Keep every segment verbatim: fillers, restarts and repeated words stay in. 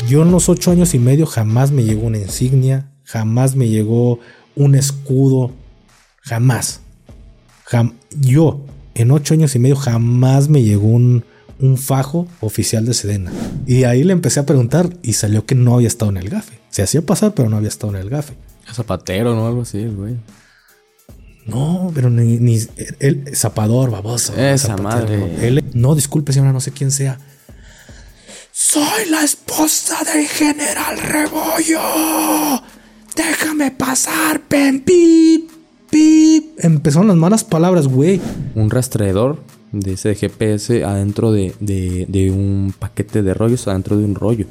Yo en los ocho años y medio jamás me llegó una insignia, jamás me llegó un escudo, jamás. Jam- yo en ocho años y medio jamás me llegó un, un fajo oficial de Sedena. Y ahí le empecé a preguntar y salió que no había estado en el gafe. Se hacía pasar, pero no había estado en el gafe. Zapatero, ¿no? Algo así, güey. No, pero ni, ni el zapador, baboso. Esa zapatero, madre. No, él, no, disculpe, señora, no sé quién sea. Soy la esposa del general Rebollo. Déjame pasar, pen, pip, pip. Empezaron las malas palabras, güey. Un rastreador de ese G P S adentro de, de, de un paquete de rollos, adentro de un rollo.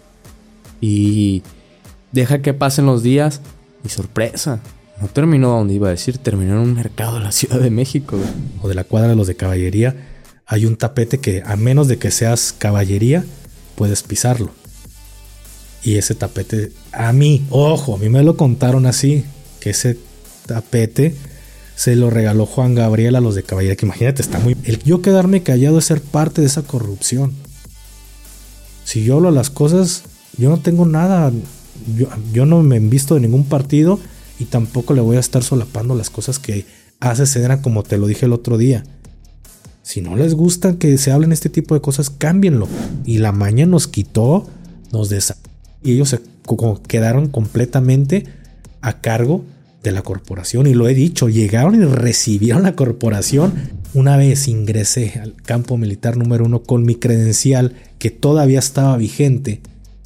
Y deja que pasen los días y sorpresa. No terminó donde iba a decir, terminó en un mercado de la Ciudad de México, güey. O de la cuadra de los de caballería. Hay un tapete que a menos de que seas caballería, puedes pisarlo. Y ese tapete, a mí, ojo, a mí me lo contaron así, que ese tapete se lo regaló Juan Gabriel a los de caballería. Que imagínate, está muy... El yo quedarme callado es ser parte de esa corrupción. Si yo hablo las cosas, yo no tengo nada. Yo, yo no me envisto de ningún partido y tampoco le voy a estar solapando las cosas que hace Sedena, como te lo dije el otro día. Si no les gusta que se hablen este tipo de cosas, cámbienlo. Y la maña nos quitó, nos des... Y ellos se quedaron completamente a cargo de la corporación. Y lo he dicho, llegaron y recibieron la corporación. Una vez ingresé al campo militar número uno con mi credencial que todavía estaba vigente.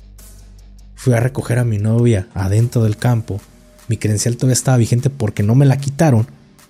Fui a recoger a mi novia adentro del campo. Mi credencial todavía estaba vigente porque no me la quitaron.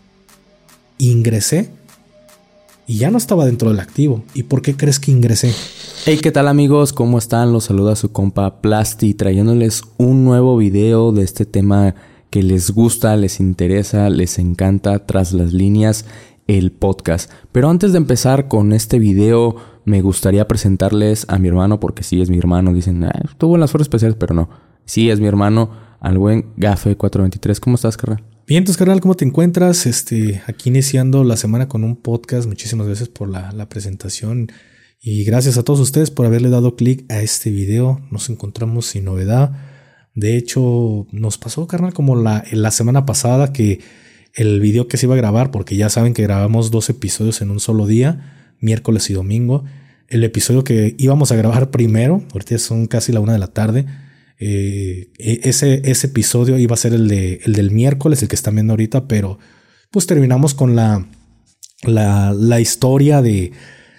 Ingresé y ya no estaba dentro del activo. ¿Y por qué crees que ingresé? Hey, ¿qué tal, amigos? ¿Cómo están? Los saluda su compa Plasti, trayéndoles un nuevo video de este tema que les gusta, les interesa, les encanta, Tras las Líneas, el podcast. Pero antes de empezar con este video, me gustaría presentarles a mi hermano, porque sí es mi hermano. Dicen, ah, tuvo en las fuerzas especiales, pero no. Sí es mi hermano, al buen Gafe cuatro veintitrés. ¿Cómo estás, carnal? Bien, entonces, carnal, ¿cómo te encuentras? Este, aquí iniciando la semana con un podcast. Muchísimas gracias por la, la presentación. Y gracias a todos ustedes por haberle dado clic a este video. Nos encontramos sin novedad. De hecho, nos pasó, carnal, como la, la semana pasada que el video que se iba a grabar, porque ya saben que grabamos dos episodios en un solo día, miércoles y domingo. El episodio que íbamos a grabar primero, ahorita son casi la una de la tarde. Eh, ese, ese episodio iba a ser el, de, el del miércoles, el que están viendo ahorita, pero pues terminamos con la, la, la historia de,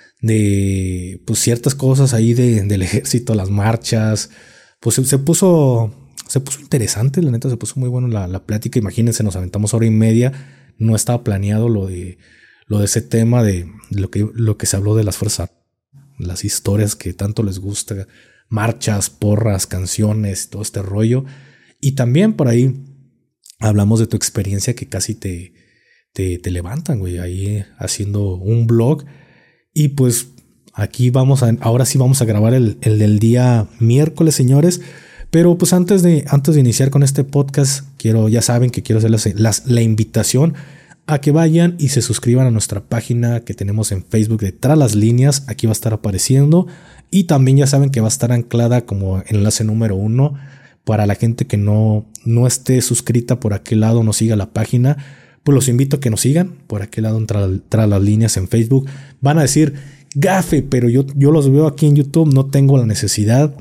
de pues ciertas cosas ahí de, del ejército, las marchas. Pues se, se puso se puso interesante, la neta, se puso muy bueno la, la plática. Imagínense, nos aventamos hora y media, no estaba planeado lo de, lo de ese tema de, de lo, que, lo que se habló de las fuerzas, las historias que tanto les gusta. Marchas, porras, canciones, todo este rollo. Y también por ahí hablamos de tu experiencia que casi te, te, te levantan, güey, ahí haciendo un blog. Y pues aquí vamos a, ahora sí vamos a grabar el, el del día miércoles, señores. Pero pues antes de, antes de iniciar con este podcast, quiero, ya saben que quiero hacerles las, la invitación a que vayan y se suscriban a nuestra página que tenemos en Facebook de Tras las Líneas. Aquí va a estar apareciendo. Y también ya saben que va a estar anclada como enlace número uno para la gente que no, no esté suscrita por aquel lado, no siga la página. Pues los invito a que nos sigan por aquel lado, Tras, Tras las Líneas en Facebook. Van a decir, Gafe, pero yo, yo los veo aquí en YouTube, no tengo la necesidad.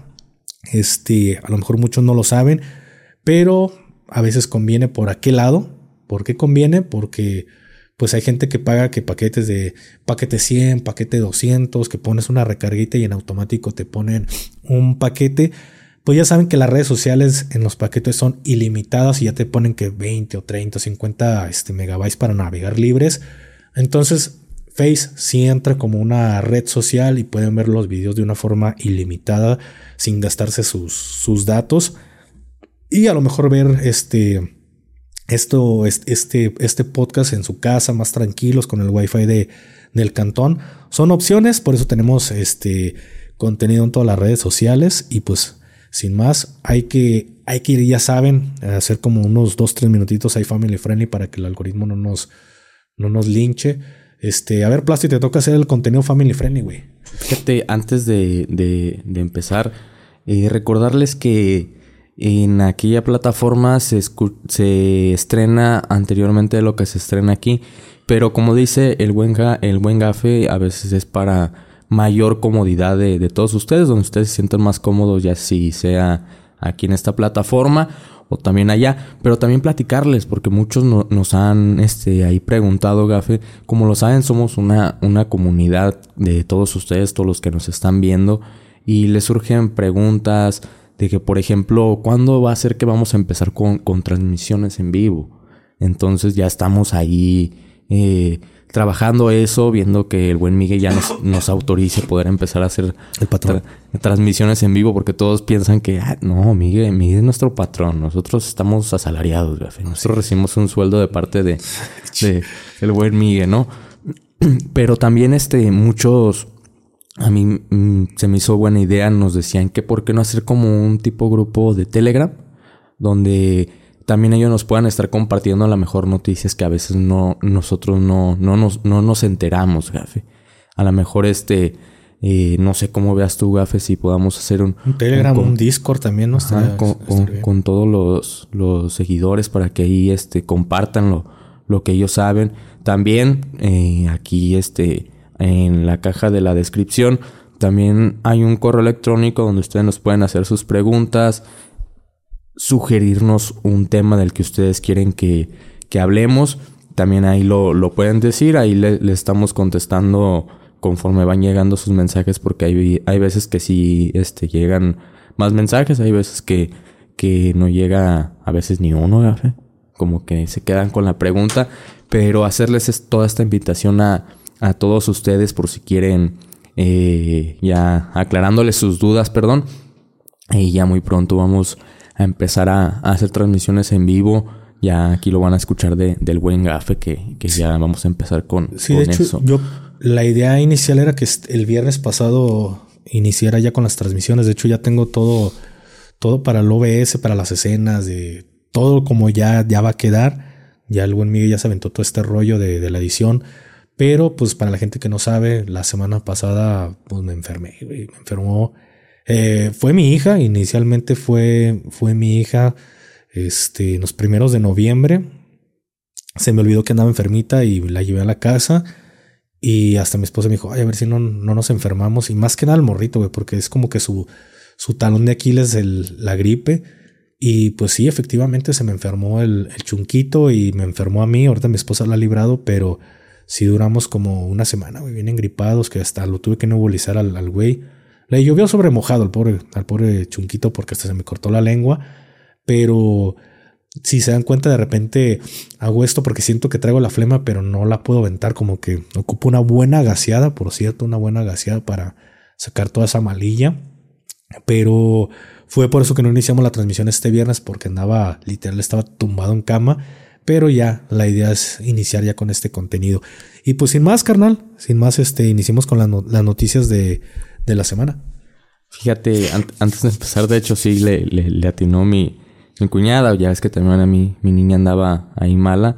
Este, a lo mejor muchos no lo saben, pero a veces conviene por aquel lado. ¿Por qué conviene? Porque pues hay gente que paga que paquetes de paquete cien, paquete doscientos, que pones una recarguita y en automático te ponen un paquete. Pues ya saben que las redes sociales en los paquetes son ilimitadas y ya te ponen que veinte o treinta o cincuenta este, megabytes para navegar libres. Entonces Face sí entra como una red social y pueden ver los videos de una forma ilimitada sin gastarse sus, sus datos. Y a lo mejor ver este... Esto, este, este podcast en su casa, más tranquilos con el wifi de, del cantón. Son opciones, por eso tenemos este contenido en todas las redes sociales. Y pues, sin más, hay que, hay que ir, ya saben, hacer como unos dos, tres minutitos ahí family friendly para que el algoritmo no nos, no nos linche. Este, a ver, Plasti, te toca hacer el contenido family friendly, güey. Fíjate, antes de, de, de empezar, Eh, recordarles que en aquella plataforma se, escu- se estrena anteriormente de lo que se estrena aquí. Pero como dice el buen, ga- el buen Gafe, a veces es para mayor comodidad de, de todos ustedes, donde ustedes se sientan más cómodos, ya si sea aquí en esta plataforma o también allá. Pero también platicarles, porque muchos no, nos han este, ahí preguntado, Gafe. Como lo saben, somos una, una comunidad de todos ustedes, todos los que nos están viendo. Y les surgen preguntas de que, por ejemplo, ¿cuándo va a ser que vamos a empezar con, con transmisiones en vivo? Entonces ya estamos ahí eh, trabajando eso, viendo que el buen Miguel ya nos, nos autorice poder empezar a hacer el patrón. Tra- transmisiones en vivo, porque todos piensan que, ah, no, Miguel, Miguel es nuestro patrón, nosotros estamos asalariados, Gafe. Nosotros recibimos un sueldo de parte de, de el buen Miguel, ¿no? Pero también este, muchos... A mí mmm, se me hizo buena idea, nos decían que por qué no hacer como un tipo grupo de Telegram, donde también ellos nos puedan estar compartiendo a lo mejor noticias que a veces no nosotros no, no, nos, no nos enteramos, Gafe. A lo mejor este, eh, no sé cómo veas tú, Gafe, si podamos hacer un... Un Telegram, un, un Discord también, ¿no? Ajá, Estaría, con, con, con todos los, los seguidores para que ahí este, compartan lo, lo que ellos saben. También eh, aquí este... en la caja de la descripción también hay un correo electrónico donde ustedes nos pueden hacer sus preguntas, sugerirnos un tema del que ustedes quieren que, que hablemos. También ahí lo, lo pueden decir, ahí le, le estamos contestando conforme van llegando sus mensajes, porque hay, hay veces que sí este, llegan más mensajes, hay veces que, que no llega a veces ni uno, ¿eh? Como que se quedan con la pregunta, pero hacerles es toda esta invitación a a todos ustedes por si quieren, eh, ya aclarándoles sus dudas, perdón. Y ya muy pronto vamos a empezar a, a hacer transmisiones en vivo. Ya aquí lo van a escuchar de, del buen Gafe, que, que ya vamos a empezar con, sí, con de hecho, eso. Yo, la idea inicial era que el viernes pasado iniciara ya con las transmisiones. De hecho, ya tengo todo, todo para el O B S, para las escenas, de todo como ya, ya va a quedar. Ya el buen Miguel ya se aventó todo este rollo de, de la edición. Pero pues para la gente que no sabe, la semana pasada pues me enfermé, güey, me enfermó. Eh, fue mi hija, inicialmente fue, fue mi hija este, en los primeros de noviembre. Se me olvidó que andaba enfermita y la llevé a la casa. Y hasta mi esposa me dijo, ay, a ver si no, no nos enfermamos. Y más que nada el morrito, güey, porque es como que su, su talón de Aquiles el, la gripe. Y pues sí, efectivamente se me enfermó el, el chunquito y me enfermó a mí. Ahorita mi esposa la ha librado, pero... sí duramos como una semana, güey, bien engripados, que hasta lo tuve que nebulizar al, al güey. Le llovió sobre mojado al pobre, al pobre chunquito porque hasta se me cortó la lengua. Pero si se dan cuenta, de repente hago esto porque siento que traigo la flema, pero no la puedo aventar. Como que ocupo una buena gaseada, por cierto, una buena gaseada para sacar toda esa malilla. Pero fue por eso que no iniciamos la transmisión este viernes, porque andaba, literal, estaba tumbado en cama. Pero ya, la idea es iniciar ya con este contenido. Y pues sin más, carnal, sin más, este, iniciemos con la no- las noticias de, de la semana. Fíjate, an- antes de empezar, de hecho, sí le, le, le atinó mi, mi cuñada. Ya es que también a mí, mi niña andaba ahí mala.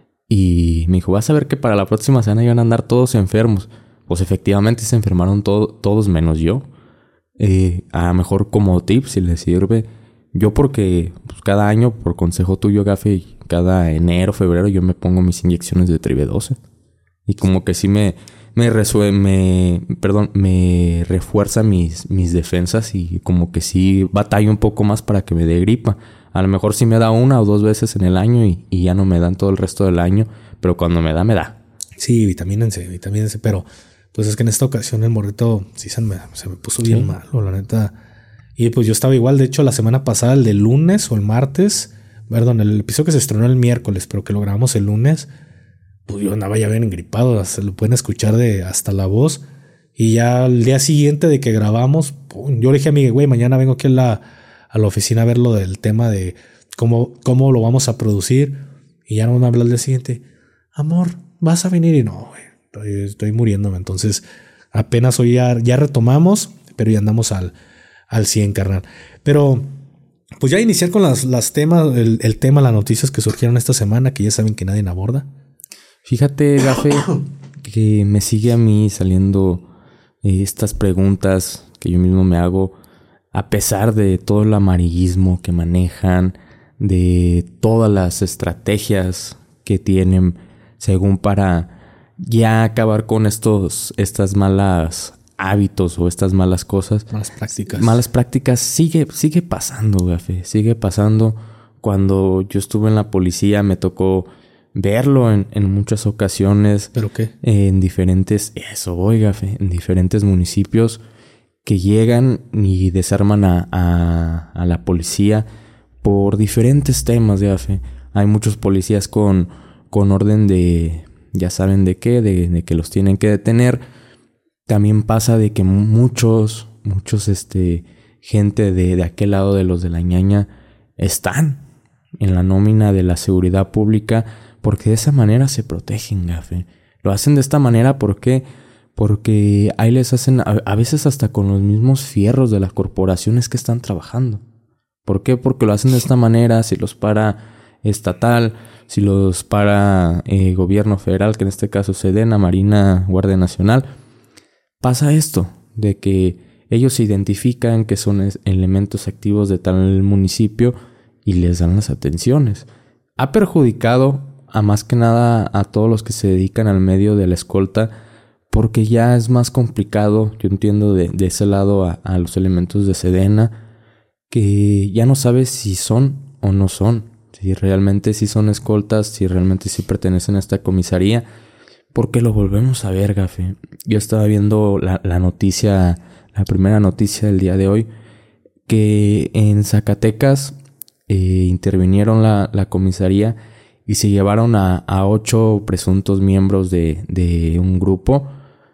Y me dijo, vas a ver que para la próxima semana iban a andar todos enfermos. Pues efectivamente se enfermaron todo, todos menos yo. Eh, a lo mejor como tip, si les sirve. Yo porque pues, cada año, por consejo tuyo, Gafe, cada enero, febrero, yo me pongo mis inyecciones de Tribe doce. Y como que sí me, me, resue, me, perdón, me refuerza mis, mis defensas y como que sí batallo un poco más para que me dé gripa. A lo mejor sí me da una o dos veces en el año y, y ya no me dan todo el resto del año. Pero cuando me da, me da. Sí, vitamínense, vitamínense. Pero pues es que en esta ocasión el morrito sí se me, se me puso bien ¿Sí? malo, la neta. Y pues yo estaba igual. De hecho, la semana pasada, el de lunes o el martes... Perdón, el episodio que se estrenó el miércoles, pero que lo grabamos el lunes, pues yo andaba ya bien engripado, se lo pueden escuchar de hasta la voz. Y ya al día siguiente de que grabamos, pum, yo le dije a mi güey, mañana vengo aquí a la, a la oficina a ver lo del tema de cómo, cómo lo vamos a producir. Y ya no me habla al día siguiente, amor, ¿vas a venir? Y no, güey, estoy, estoy muriéndome. Entonces apenas hoy ya, ya retomamos, pero ya andamos al, al cien, carnal. Pero... pues ya iniciar con las, las temas, el, el tema, las noticias que surgieron esta semana, que ya saben que nadie aborda. Fíjate, Gafe, que me sigue a mí saliendo eh, estas preguntas que yo mismo me hago. a pesar de todo el amarillismo que manejan, de todas las estrategias que tienen según para ya acabar con estos estas malas hábitos o estas malas cosas, malas prácticas. Malas prácticas sigue sigue pasando, gafe, sigue pasando. Cuando yo estuve en la policía me tocó verlo en, en muchas ocasiones. ¿Pero qué? En diferentes, eso voy, gafe, en diferentes municipios que llegan y desarman a, a, a la policía por diferentes temas, gafe. Hay muchos policías con, con orden de, ya saben de qué, de, de que los tienen que detener. También pasa de que muchos, muchos, este, gente de, de aquel lado de los de la ñaña están en la nómina de la seguridad pública porque de esa manera se protegen, gafe. Lo hacen de esta manera porque, porque ahí les hacen a, a veces hasta con los mismos fierros de las corporaciones que están trabajando. ¿Por qué? Porque lo hacen de esta manera. Si los para estatal, si los para eh, gobierno federal, que en este caso Sedena, Marina, Guardia Nacional, pasa esto, de que ellos se identifican que son elementos activos de tal municipio y les dan las atenciones. Ha perjudicado a más que nada a todos los que se dedican al medio de la escolta, porque ya es más complicado, yo entiendo de, de ese lado a, a los elementos de Sedena, que ya no sabes si son o no son, si realmente sí son escoltas, si realmente sí pertenecen a esta comisaría, porque lo volvemos a ver, gafe. Yo estaba viendo la, la noticia, la primera noticia del día de hoy, que en Zacatecas eh, intervinieron la, la comisaría y se llevaron a, a ocho presuntos miembros de, de un grupo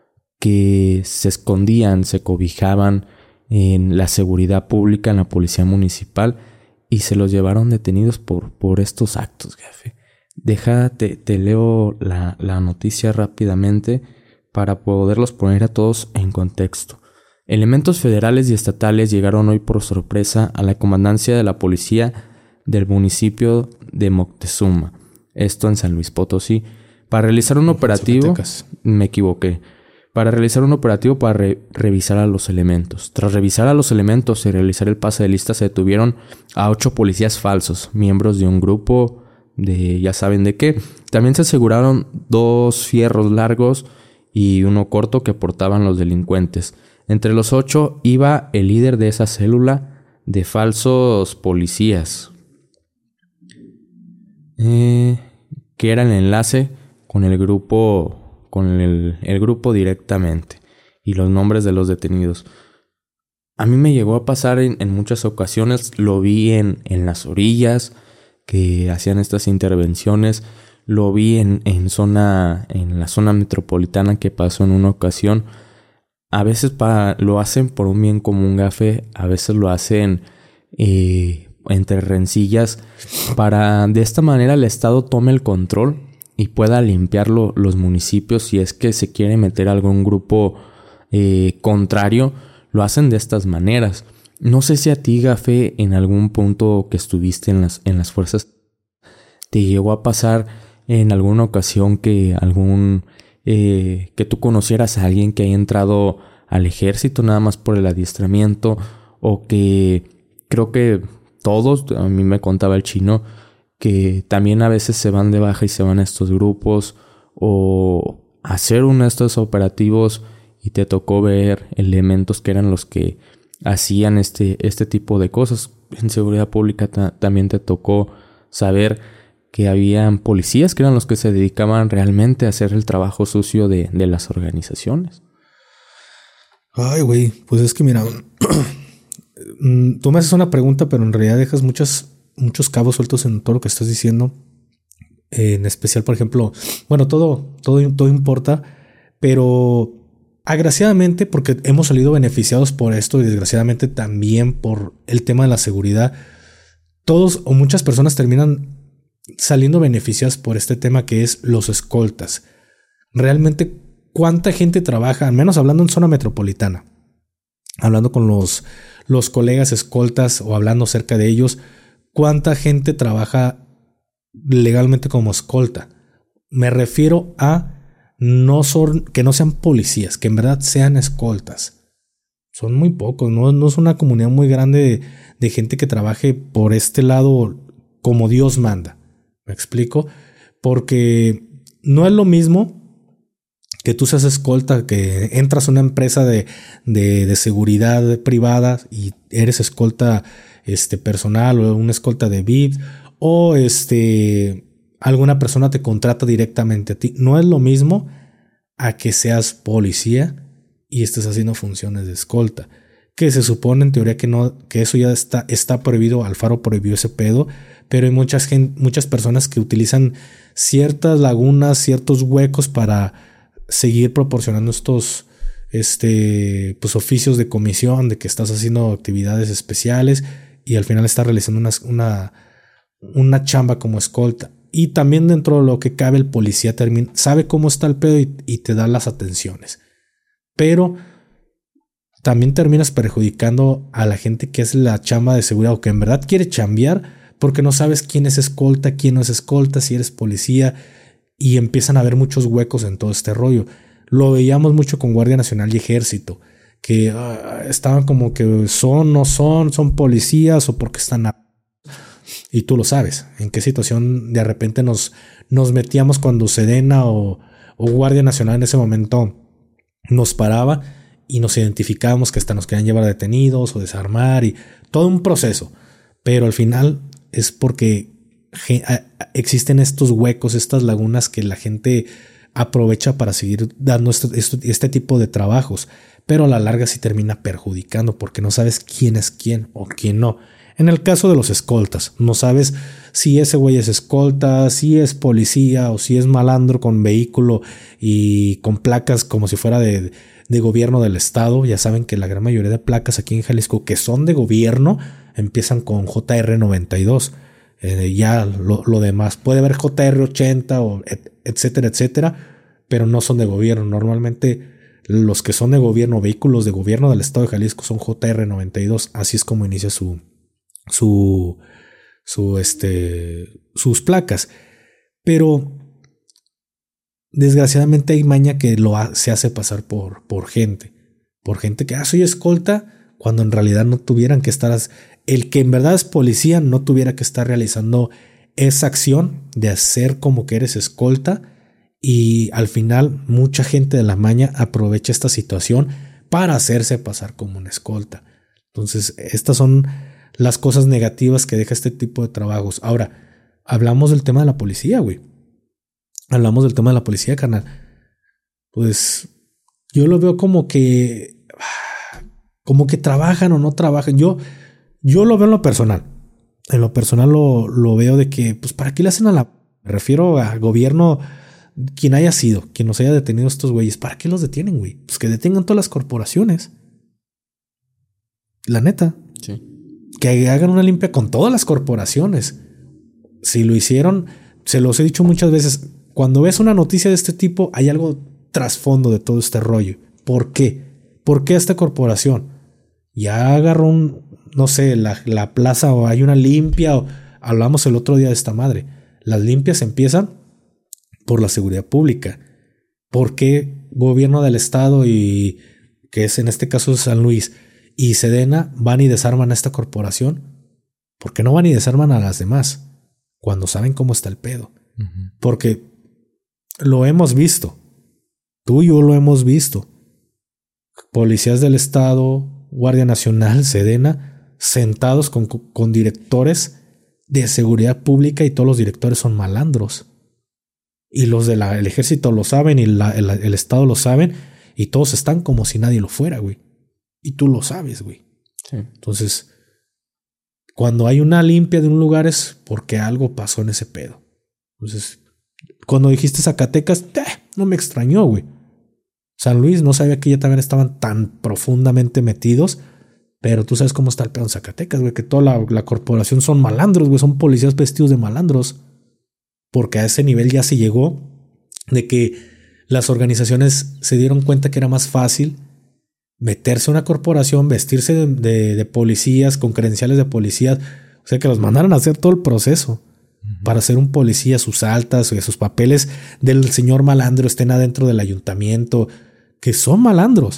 que se escondían, se cobijaban en la seguridad pública, en la policía municipal, y se los llevaron detenidos por, por estos actos, jefe. Déjate, te leo la, la noticia rápidamente para poderlos poner a todos en contexto. Elementos federales y estatales llegaron hoy por sorpresa a la comandancia de la policía del municipio de Moctezuma, esto en San Luis Potosí, para realizar un operativo. Me equivoqué. Para realizar un operativo para re- revisar a los elementos. Tras revisar a los elementos y realizar el pase de lista, se detuvieron a ocho policías falsos, miembros de un grupo de ya saben de qué. También se aseguraron dos fierros largos y uno corto que portaban los delincuentes. Entre los ocho iba el líder de esa célula de falsos policías, eh, que era el enlace con el grupo con el, el grupo directamente, y los nombres de los detenidos. A mí me llegó a pasar en, en muchas ocasiones, lo vi en, en las orillas que hacían estas intervenciones, lo vi en, en, zona, en la zona metropolitana que pasó en una ocasión. A veces para, lo hacen por un bien común, gafe, a veces lo hacen eh, entre rencillas para de esta manera el Estado tome el control y pueda limpiarlo los municipios. Si es que se quiere meter algún grupo eh, contrario, lo hacen de estas maneras. No sé si a ti, gafe, en algún punto que estuviste en las, en las fuerzas, te llegó a pasar en alguna ocasión que algún eh, que tú conocieras a alguien que haya entrado al ejército nada más por el adiestramiento, o que creo que todos, a mí me contaba el chino, que también a veces se van de baja y se van a estos grupos o hacer uno de estos operativos y te tocó ver elementos que eran los que hacían este, este tipo de cosas. En seguridad pública ta- también te tocó saber que habían policías que eran los que se dedicaban realmente a hacer el trabajo sucio de, de las organizaciones. Ay, güey, pues es que mira, tú me haces una pregunta, pero en realidad dejas muchas... muchos cabos sueltos en todo lo que estás diciendo. Eh, en especial, por ejemplo, bueno, todo, todo, todo importa, pero agraciadamente, porque hemos salido beneficiados por esto y desgraciadamente también por el tema de la seguridad, todos o muchas personas terminan saliendo beneficiadas por este tema que es los escoltas. Realmente, ¿cuánta gente trabaja? Al menos hablando en zona metropolitana, hablando con los, los colegas escoltas o hablando cerca de ellos, ¿cuánta gente trabaja legalmente como escolta? Me refiero a no son, que no sean policías, que en verdad sean escoltas. Son muy pocos, no, no es una comunidad muy grande de, de gente que trabaje por este lado como Dios manda. ¿Me explico? Porque no es lo mismo que tú seas escolta, que entras a una empresa de, de, de seguridad privada y eres escolta este, personal o una escolta de V I P, o este, alguna persona te contrata directamente a ti. No es lo mismo a que seas policía y estés haciendo funciones de escolta, que se supone en teoría que no, que eso ya está, está prohibido. Alfaro prohibió ese pedo, pero hay muchas, gente, muchas personas que utilizan ciertas lagunas, ciertos huecos para seguir proporcionando estos este, pues, oficios de comisión, de que estás haciendo actividades especiales y al final estás realizando una, una, una chamba como escolta. Y también dentro de lo que cabe, el policía termina, sabe cómo está el pedo y, y te da las atenciones. Pero también terminas perjudicando a la gente que es la chamba de seguridad o que en verdad quiere chambear, porque no sabes quién es escolta, quién no es escolta, si eres policía, y empiezan a haber muchos huecos en todo este rollo. Lo veíamos mucho con Guardia Nacional y Ejército, que uh, estaban como que son, no son, son policías o porque están a... Y tú lo sabes, en qué situación de repente nos, nos metíamos cuando Sedena o, o Guardia Nacional en ese momento nos paraba y nos identificábamos que hasta nos querían llevar detenidos o desarmar y todo un proceso. Pero al final es porque existen estos huecos, estas lagunas que la gente aprovecha para seguir dando este, este, este tipo de trabajos. Pero a la larga sí termina perjudicando porque no sabes quién es quién o quién no. En el caso de los escoltas, no sabes si ese güey es escolta, si es policía o si es malandro con vehículo y con placas como si fuera de, de gobierno del estado. Ya saben que la gran mayoría de placas aquí en Jalisco que son de gobierno empiezan con J R noventa y dos. Eh, ya lo, lo demás puede haber J R ochenta o et, etcétera, etcétera, pero no son de gobierno. Normalmente los que son de gobierno, vehículos de gobierno del estado de Jalisco son J R noventa y dos. Así es como inicia su su su este sus placas. Pero desgraciadamente hay maña que lo ha, se hace pasar por por gente, por gente que ah soy escolta, cuando en realidad no tuvieran que estar, el que en verdad es policía no tuviera que estar realizando esa acción de hacer como que eres escolta, y al final mucha gente de la maña aprovecha esta situación para hacerse pasar como una escolta. Entonces estas son las cosas negativas que deja este tipo de trabajos. Ahora, hablamos del tema de la policía, güey. Hablamos del tema de la policía, carnal. Pues yo lo veo como que como que trabajan o no trabajan. Yo, yo lo veo en lo personal. En lo personal lo, lo veo de que, pues, ¿para qué le hacen a la... Me refiero al gobierno, quien haya sido, quien nos haya detenido estos güeyes. ¿Para qué los detienen, güey? Pues que detengan todas las corporaciones. La neta. Sí. Que hagan una limpia con todas las corporaciones. Si lo hicieron, se los he dicho muchas veces, cuando ves una noticia de este tipo, hay algo trasfondo de todo este rollo. ¿Por qué? ¿Por qué esta corporación? Ya agarró un, no sé, la, la plaza o hay una limpia, o hablamos el otro día de esta madre. Las limpias empiezan por la seguridad pública. ¿Por qué gobierno del estado y que es en este caso San Luis y Sedena van y desarman a esta corporación? ¿Por qué no van y desarman a las demás cuando saben cómo está el pedo? Uh-huh. Porque lo hemos visto. Tú y yo lo hemos visto. Policías del estado, Guardia Nacional, Sedena, sentados con, con directores de seguridad pública y todos los directores son malandros. Y los del ejército lo saben y la, el, el estado lo saben y todos están como si nadie lo fuera, güey. Y tú lo sabes, güey. Sí. Entonces, cuando hay una limpia de un lugar es porque algo pasó en ese pedo. Entonces, cuando dijiste Zacatecas, eh, no me extrañó, güey. San Luis, no sabía que ya también estaban tan profundamente metidos, pero tú sabes cómo está el pedo en Zacatecas, güey, que toda la, la corporación son malandros, güey, son policías vestidos de malandros. Porque a ese nivel ya se llegó de que las organizaciones se dieron cuenta que era más fácil meterse a una corporación, vestirse de, de, de policías con credenciales de policías, o sea que los mandaron a hacer todo el proceso uh-huh. para ser un policía, sus altas y sus papeles del señor malandro estén adentro del ayuntamiento, que son malandros,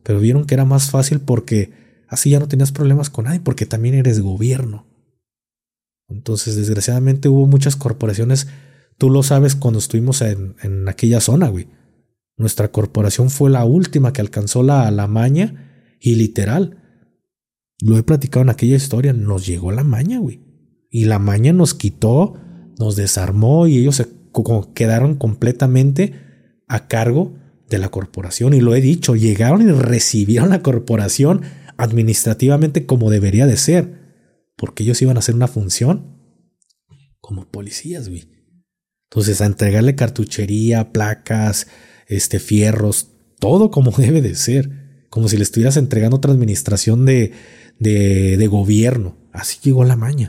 pero vieron que era más fácil porque así ya no tenías problemas con nadie, porque también eres gobierno. Entonces, desgraciadamente hubo muchas corporaciones, tú lo sabes cuando estuvimos en, en aquella zona, güey. Nuestra corporación fue la última que alcanzó la, la maña y literal, lo he platicado en aquella historia, nos llegó la maña, güey. Y la maña nos quitó, nos desarmó y ellos se quedaron completamente a cargo de la corporación. Y lo he dicho, llegaron y recibieron la corporación administrativamente como debería de ser, porque ellos iban a hacer una función como policías, güey. Entonces, a entregarle cartuchería, placas, este, fierros, todo como debe de ser, como si le estuvieras entregando otra administración de, de, de gobierno. Así llegó la maña.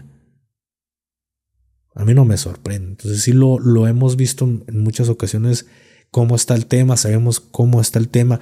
A mí no me sorprende. Entonces sí lo, lo hemos visto en muchas ocasiones cómo está el tema, sabemos cómo está el tema.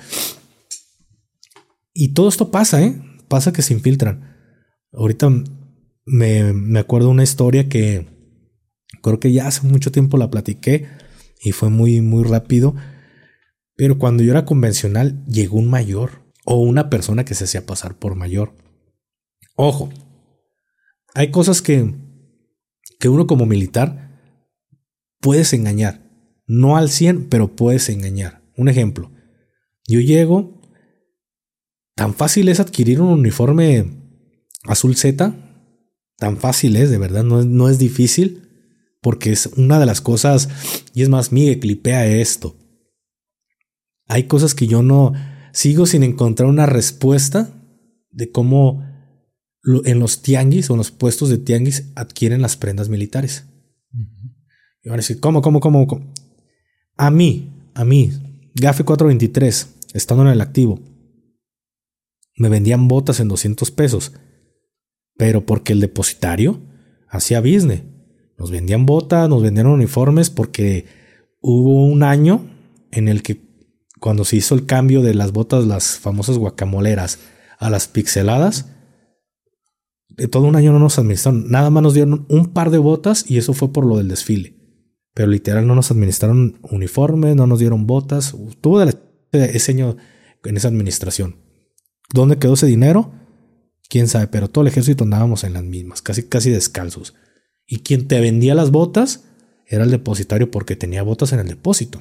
Y todo esto pasa, ¿eh? Pasa que se infiltran. Ahorita me, me acuerdo una historia que creo que ya hace mucho tiempo la platiqué y fue muy, muy rápido. Pero cuando yo era convencional, llegó un mayor o una persona que se hacía pasar por mayor. Ojo, hay cosas que, que uno como militar puedes engañar. No al cien, pero puedes engañar. Un ejemplo, yo llego, tan fácil es adquirir un uniforme azul Z, tan fácil es, de verdad, no es, no es difícil, porque es una de las cosas, y es más, Miguel, clipea esto. Hay cosas que yo no sigo sin encontrar una respuesta de cómo en los tianguis o en los puestos de tianguis adquieren las prendas militares. Uh-huh. Y van a decir, ¿cómo, cómo, cómo, cómo? A mí, a mí, Gafe cuatrocientos veintitrés, estando en el activo, me vendían botas en doscientos pesos, pero porque el depositario hacía business. Nos vendían botas, nos vendían uniformes porque hubo un año en el que cuando se hizo el cambio de las botas, las famosas guacamoleras, a las pixeladas, de todo un año no nos administraron. Nada más nos dieron un par de botas y eso fue por lo del desfile. Pero literal no nos administraron uniformes, no nos dieron botas. Tuvo ese año en esa administración. ¿Dónde quedó ese dinero? Quién sabe, pero todo el ejército andábamos en las mismas, casi, casi descalzos. Y quien te vendía las botas era el depositario porque tenía botas en el depósito.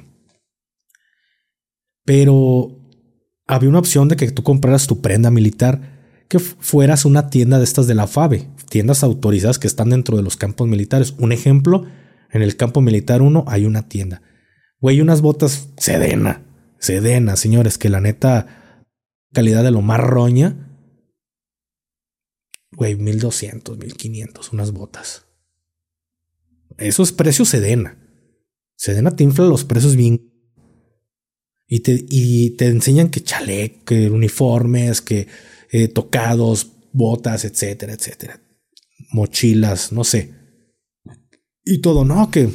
Pero había una opción de que tú compraras tu prenda militar, que fueras una tienda de estas de la FABE, tiendas autorizadas que están dentro de los campos militares. Un ejemplo, en el campo militar uno hay una tienda. Güey, unas botas Sedena, Sedena, señores, que la neta, calidad de lo más roña. Güey, mil doscientos, mil quinientos, unas botas. Eso es precio Sedena. Sedena te infla los precios bien. Y te, y te enseñan que chaleco, que uniformes, que eh, tocados, botas, etcétera, etcétera. Mochilas, no sé. Y todo, no, que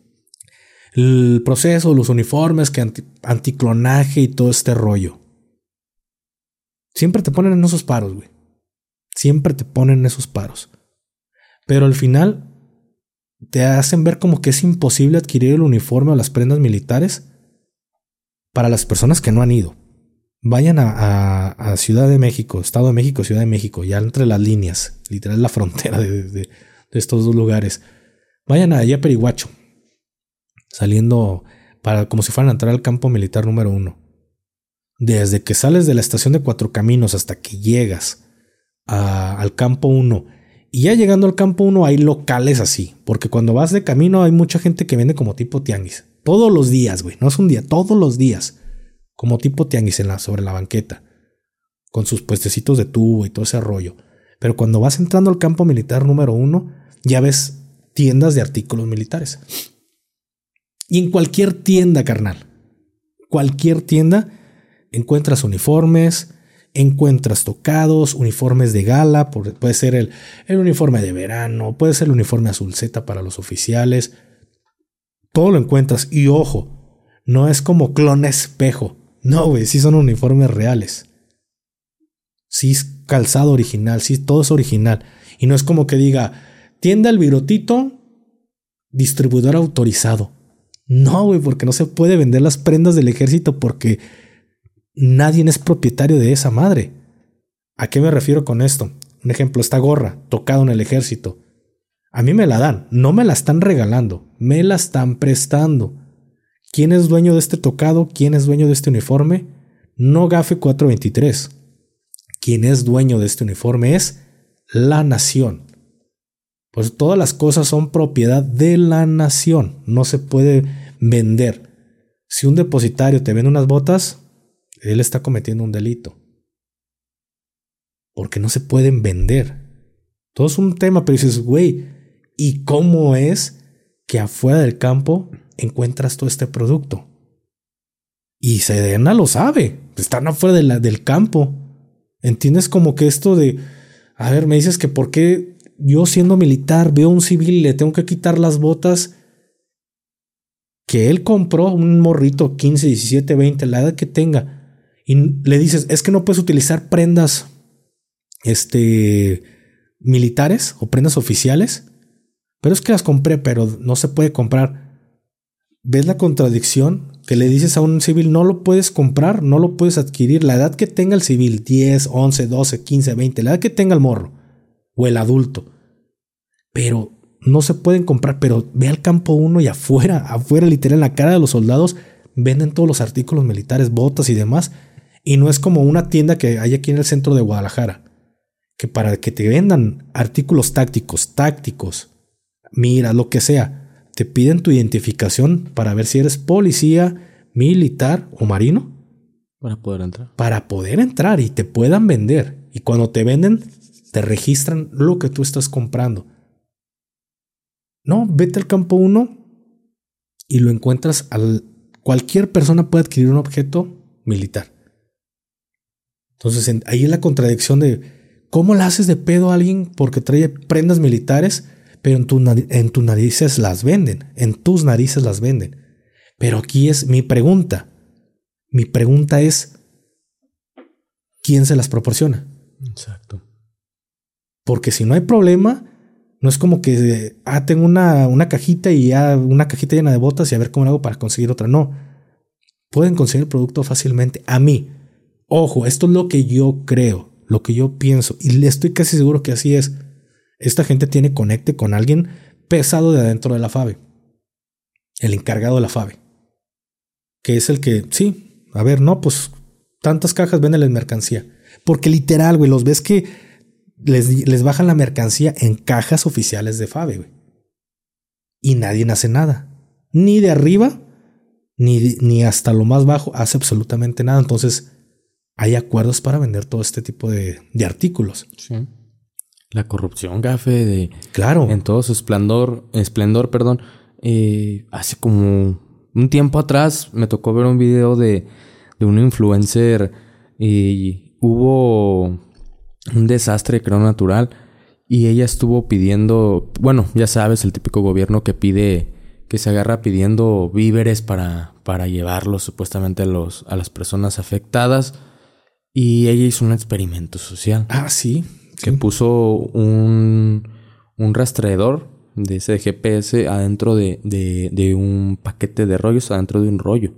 el proceso, los uniformes, que anti, anticlonaje y todo este rollo. Siempre te ponen en esos paros, güey. Siempre te ponen en esos paros. Pero al final te hacen ver como que es imposible adquirir el uniforme o las prendas militares para las personas que no han ido. Vayan a, a, a Ciudad de México, Estado de México, Ciudad de México, ya entre las líneas, literal la frontera de, de, de estos dos lugares. Vayan allá a Perihuacho, saliendo para como si fueran a entrar al campo militar número uno. Desde que sales de la estación de Cuatro Caminos hasta que llegas a, al campo uno, y ya llegando al campo uno hay locales así, porque cuando vas de camino hay mucha gente que vende como tipo tianguis. Todos los días, güey, no es un día, todos los días, como tipo tianguis en la, sobre la banqueta, con sus puestecitos de tubo y todo ese rollo. Pero cuando vas entrando al campo militar número uno, ya ves tiendas de artículos militares. Y en cualquier tienda, carnal, cualquier tienda, encuentras uniformes, encuentras tocados, uniformes de gala, puede ser el, el uniforme de verano, puede ser el uniforme azul Z para los oficiales. Todo lo encuentras. Y ojo, no es como clon espejo. No, güey, sí son uniformes reales. Sí es calzado original, sí todo es original. Y no es como que diga, tienda El Virotito, distribuidor autorizado. No, güey, porque no se puede vender las prendas del ejército porque nadie es propietario de esa madre. ¿A qué me refiero con esto? Un ejemplo, esta gorra, tocado en el ejército. A mí me la dan, no me la están regalando, me la están prestando. ¿Quién es dueño de este tocado? ¿Quién es dueño de este uniforme? No Gafe cuatrocientos veintitrés. Quien es dueño de este uniforme es la nación. Pues todas las cosas son propiedad de la nación. No se puede vender. Si un depositario te vende unas botas, él está cometiendo un delito. Porque no se pueden vender. Todo es un tema, pero dices, güey, ¿y cómo es que afuera del campo encuentras todo este producto? Y Sedena lo sabe. Están afuera de la, del campo. ¿Entiendes? Como que esto de, a ver, me dices que por qué yo siendo militar veo a un civil y le tengo que quitar las botas que él compró, un morrito quince, diecisiete, veinte, la edad que tenga, y le dices, es que no puedes utilizar prendas este, militares o prendas oficiales, pero es que las compré, pero no se puede comprar. ¿Ves la contradicción? Que le dices a un civil, no lo puedes comprar, no lo puedes adquirir. La edad que tenga el civil, diez, once, doce, quince, veinte, la edad que tenga el morro o el adulto. Pero no se pueden comprar. Pero ve al campo uno y afuera, afuera literal en la cara de los soldados, venden todos los artículos militares, botas y demás. Y no es como una tienda que hay aquí en el centro de Guadalajara, que para que te vendan artículos tácticos, tácticos, mira, lo que sea, te piden tu identificación para ver si eres policía, militar o marino. Para poder entrar. Para poder entrar y te puedan vender. Y cuando te venden, te registran lo que tú estás comprando. No, vete al campo uno y lo encuentras al... Cualquier persona puede adquirir un objeto militar. Entonces en, ahí es la contradicción de ¿cómo la haces de pedo a alguien porque trae prendas militares, pero en, tu, en tus narices las venden? En tus narices las venden. Pero aquí es mi pregunta. Mi pregunta es ¿quién se las proporciona? Exacto. Porque si no hay problema, no es como que ah, tengo una, una cajita y ya una cajita llena de botas y a ver cómo hago para conseguir otra. No. Pueden conseguir el producto fácilmente. A mí. Ojo, esto es lo que yo creo, lo que yo pienso. Y estoy casi seguro que así es. Esta gente tiene conecte con alguien pesado de adentro de la FABE. El encargado de la FABE. Que es el que, sí, a ver, no, pues tantas cajas véndeles mercancía. Porque literal, güey, los ves que les, les bajan la mercancía en cajas oficiales de FABE, güey. Y nadie hace nada. Ni de arriba, ni, ni hasta lo más bajo hace absolutamente nada. Entonces, hay acuerdos para vender todo este tipo de, de artículos. Sí. La corrupción, Gafe, de... Claro. En todo su esplendor, esplendor, perdón. Eh, hace como un tiempo atrás me tocó ver un video de, de un influencer y hubo un desastre, creo, natural. Y ella estuvo pidiendo... Bueno, ya sabes, el típico gobierno que pide... Que se agarra pidiendo víveres para, para llevarlos supuestamente a, los, a las personas afectadas. Y ella hizo un experimento social. Ah, sí. Que sí. Puso un, un rastreador de ese G P S adentro de, de, de un paquete de rollos, adentro de un rollo.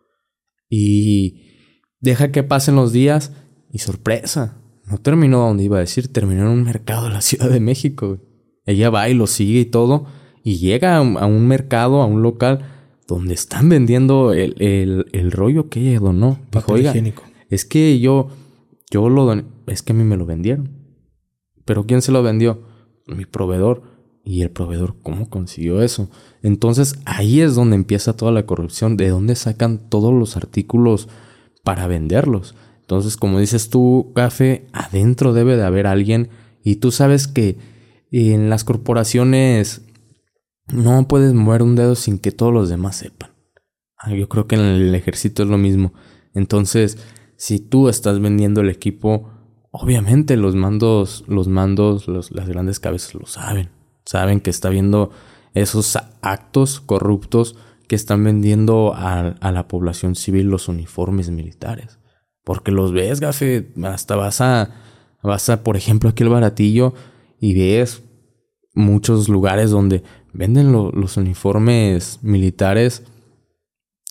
Y deja que pasen los días y sorpresa. No terminó donde iba a decir, terminó en un mercado de la Ciudad de México. Ella va y lo sigue y todo. Y llega a un, a un mercado, a un local donde están vendiendo el, el, el rollo que ella donó. Dijo, oiga, es que yo, yo lo doné, es que a mí me lo vendieron. ¿Pero quién se lo vendió? Mi proveedor. Y el proveedor, ¿cómo consiguió eso? Entonces ahí es donde empieza toda la corrupción. ¿De dónde sacan todos los artículos para venderlos? Entonces, como dices tú, Gafe, adentro debe de haber alguien. Y tú sabes que en las corporaciones no puedes mover un dedo sin que todos los demás sepan. Yo creo que en el ejército es lo mismo. Entonces, si tú estás vendiendo el equipo, obviamente los mandos, los mandos, los, las grandes cabezas lo saben. Saben que está viendo esos actos corruptos que están vendiendo a, a la población civil los uniformes militares. Porque los ves, Gafe, hasta vas a, vas a, por ejemplo, aquí el Baratillo y ves muchos lugares donde venden lo, los uniformes militares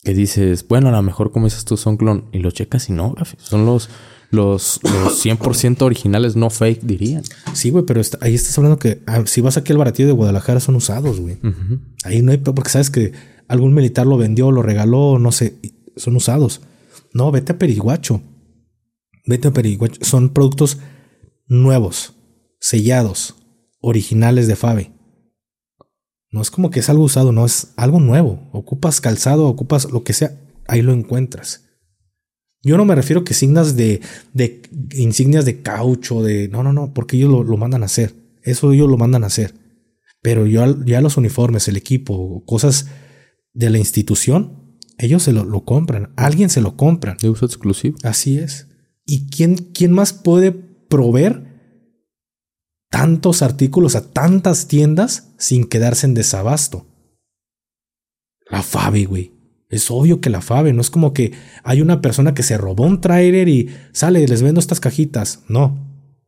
que dices, bueno, a lo mejor como dices tú son clon. Y lo checas y no, gafe. Son los, los, los cien por ciento originales, no fake, dirían. Sí, güey, pero está, ahí estás hablando que ah, si vas aquí al baratillo de Guadalajara son usados, güey. Uh-huh. Ahí no hay... Porque sabes que algún militar lo vendió, lo regaló, no sé. Son usados. No, vete a Periguacho. Vete a Periguacho. Son productos nuevos, sellados, originales de Fabe. No es como que es algo usado, no, es algo nuevo. Ocupas calzado, ocupas lo que sea, ahí lo encuentras. Yo no me refiero que insignias de, de insignias de caucho, de no, no, no, porque ellos lo, lo mandan a hacer. Eso ellos lo mandan a hacer. Pero yo, ya los uniformes, el equipo, cosas de la institución, ellos se lo, lo compran. Alguien se lo compran. De uso exclusivo. Así es. ¿Y quién, quién más puede proveer tantos artículos a tantas tiendas sin quedarse en desabasto? La Fabe, güey. Es obvio que la Fabe. No es como que hay una persona que se robó un tráiler y sale, les vendo estas cajitas. No.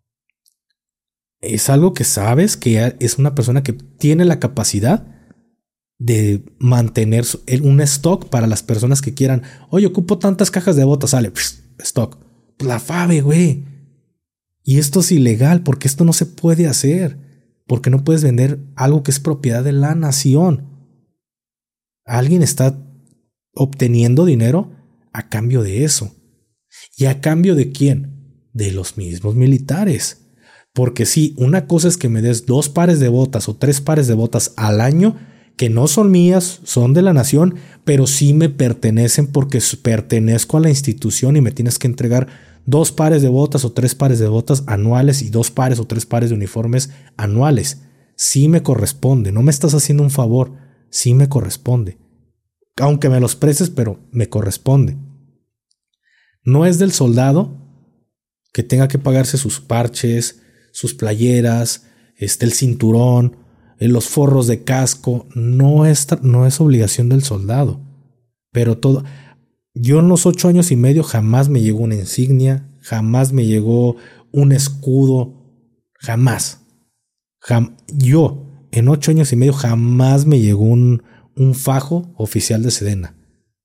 Es algo que sabes que es una persona que tiene la capacidad de mantener un stock para las personas que quieran. Oye, ocupo tantas cajas de botas. Sale, pss, stock. Pues la Fabe, güey. Y esto es ilegal porque esto no se puede hacer. Porque no puedes vender algo que es propiedad de la nación. Alguien está obteniendo dinero a cambio de eso. ¿Y a cambio de quién? De los mismos militares. Porque sí, una cosa es que me des dos pares de botas o tres pares de botas al año que no son mías, son de la nación, pero sí me pertenecen porque pertenezco a la institución y me tienes que entregar dos pares de botas o tres pares de botas anuales y dos pares o tres pares de uniformes anuales. Sí me corresponde, no me estás haciendo un favor, sí me corresponde. Aunque me los prestes, pero me corresponde. No es del soldado que tenga que pagarse sus parches, sus playeras, este, el cinturón, los forros de casco. No es, no es obligación del soldado. Pero todo... Yo en los ocho años y medio jamás me llegó una insignia, jamás me llegó un escudo, jamás. Jam, yo en ocho años y medio jamás me llegó un, un fajo oficial de Sedena.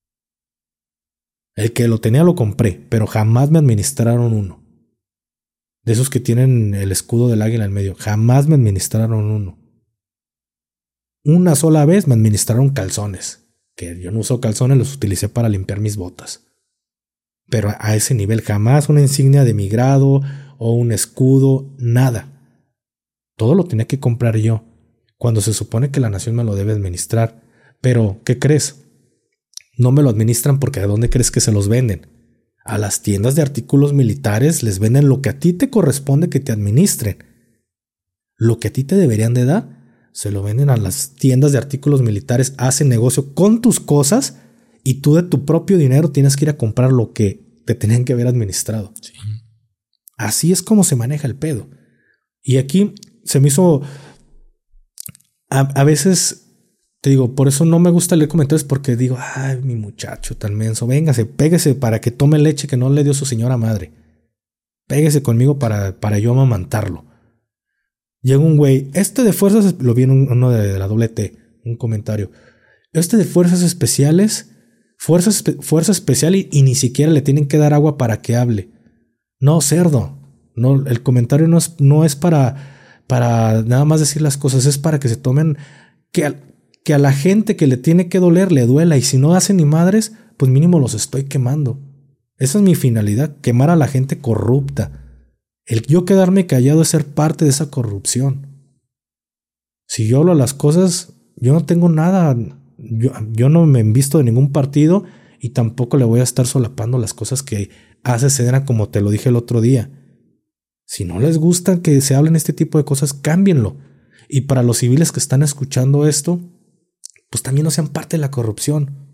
El que lo tenía lo compré, pero jamás me administraron uno. De esos que tienen el escudo del águila en medio, jamás me administraron uno. Una sola vez me administraron calzones. Que yo no uso calzones, los utilicé para limpiar mis botas. Pero a ese nivel jamás una insignia de mi grado o un escudo, nada. Todo lo tenía que comprar yo, cuando se supone que la nación me lo debe administrar. Pero, ¿qué crees? No me lo administran porque ¿a dónde crees que se los venden? A las tiendas de artículos militares les venden lo que a ti te corresponde que te administren. Lo que a ti te deberían de dar, se lo venden a las tiendas de artículos militares, hacen negocio con tus cosas y tú de tu propio dinero tienes que ir a comprar lo que te tenían que haber administrado. Sí. Así es como se maneja el pedo. Y aquí se me hizo... A, a veces, te digo, por eso no me gusta leer comentarios porque digo, ay, mi muchacho tan menso, véngase, pégase para que tome leche que no le dio su señora madre. Pégase conmigo para, para yo amamantarlo. Llega un güey, este de fuerzas, lo vi en uno de la doble T, un comentario. Este de fuerzas especiales, fuerzas, fuerza especial y, y ni siquiera le tienen que dar agua para que hable. No, cerdo. No, el comentario no es, no es para, para nada más decir las cosas, es para que se tomen, que a, que a la gente que le tiene que doler le duela y si no hacen ni madres, pues mínimo los estoy quemando. Esa es mi finalidad, quemar a la gente corrupta. El yo quedarme callado es ser parte de esa corrupción. Si yo hablo las cosas, yo no tengo nada, yo, yo no me envisto de ningún partido y tampoco le voy a estar solapando las cosas que hace Sedena, como te lo dije el otro día. Si no les gusta que se hablen este tipo de cosas, cámbienlo. Y para los civiles que están escuchando esto, pues también no sean parte de la corrupción.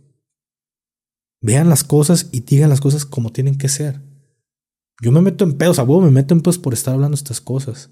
Vean las cosas y digan las cosas como tienen que ser. Yo me meto en pedos, a huevo me meto en pedos por estar hablando estas cosas.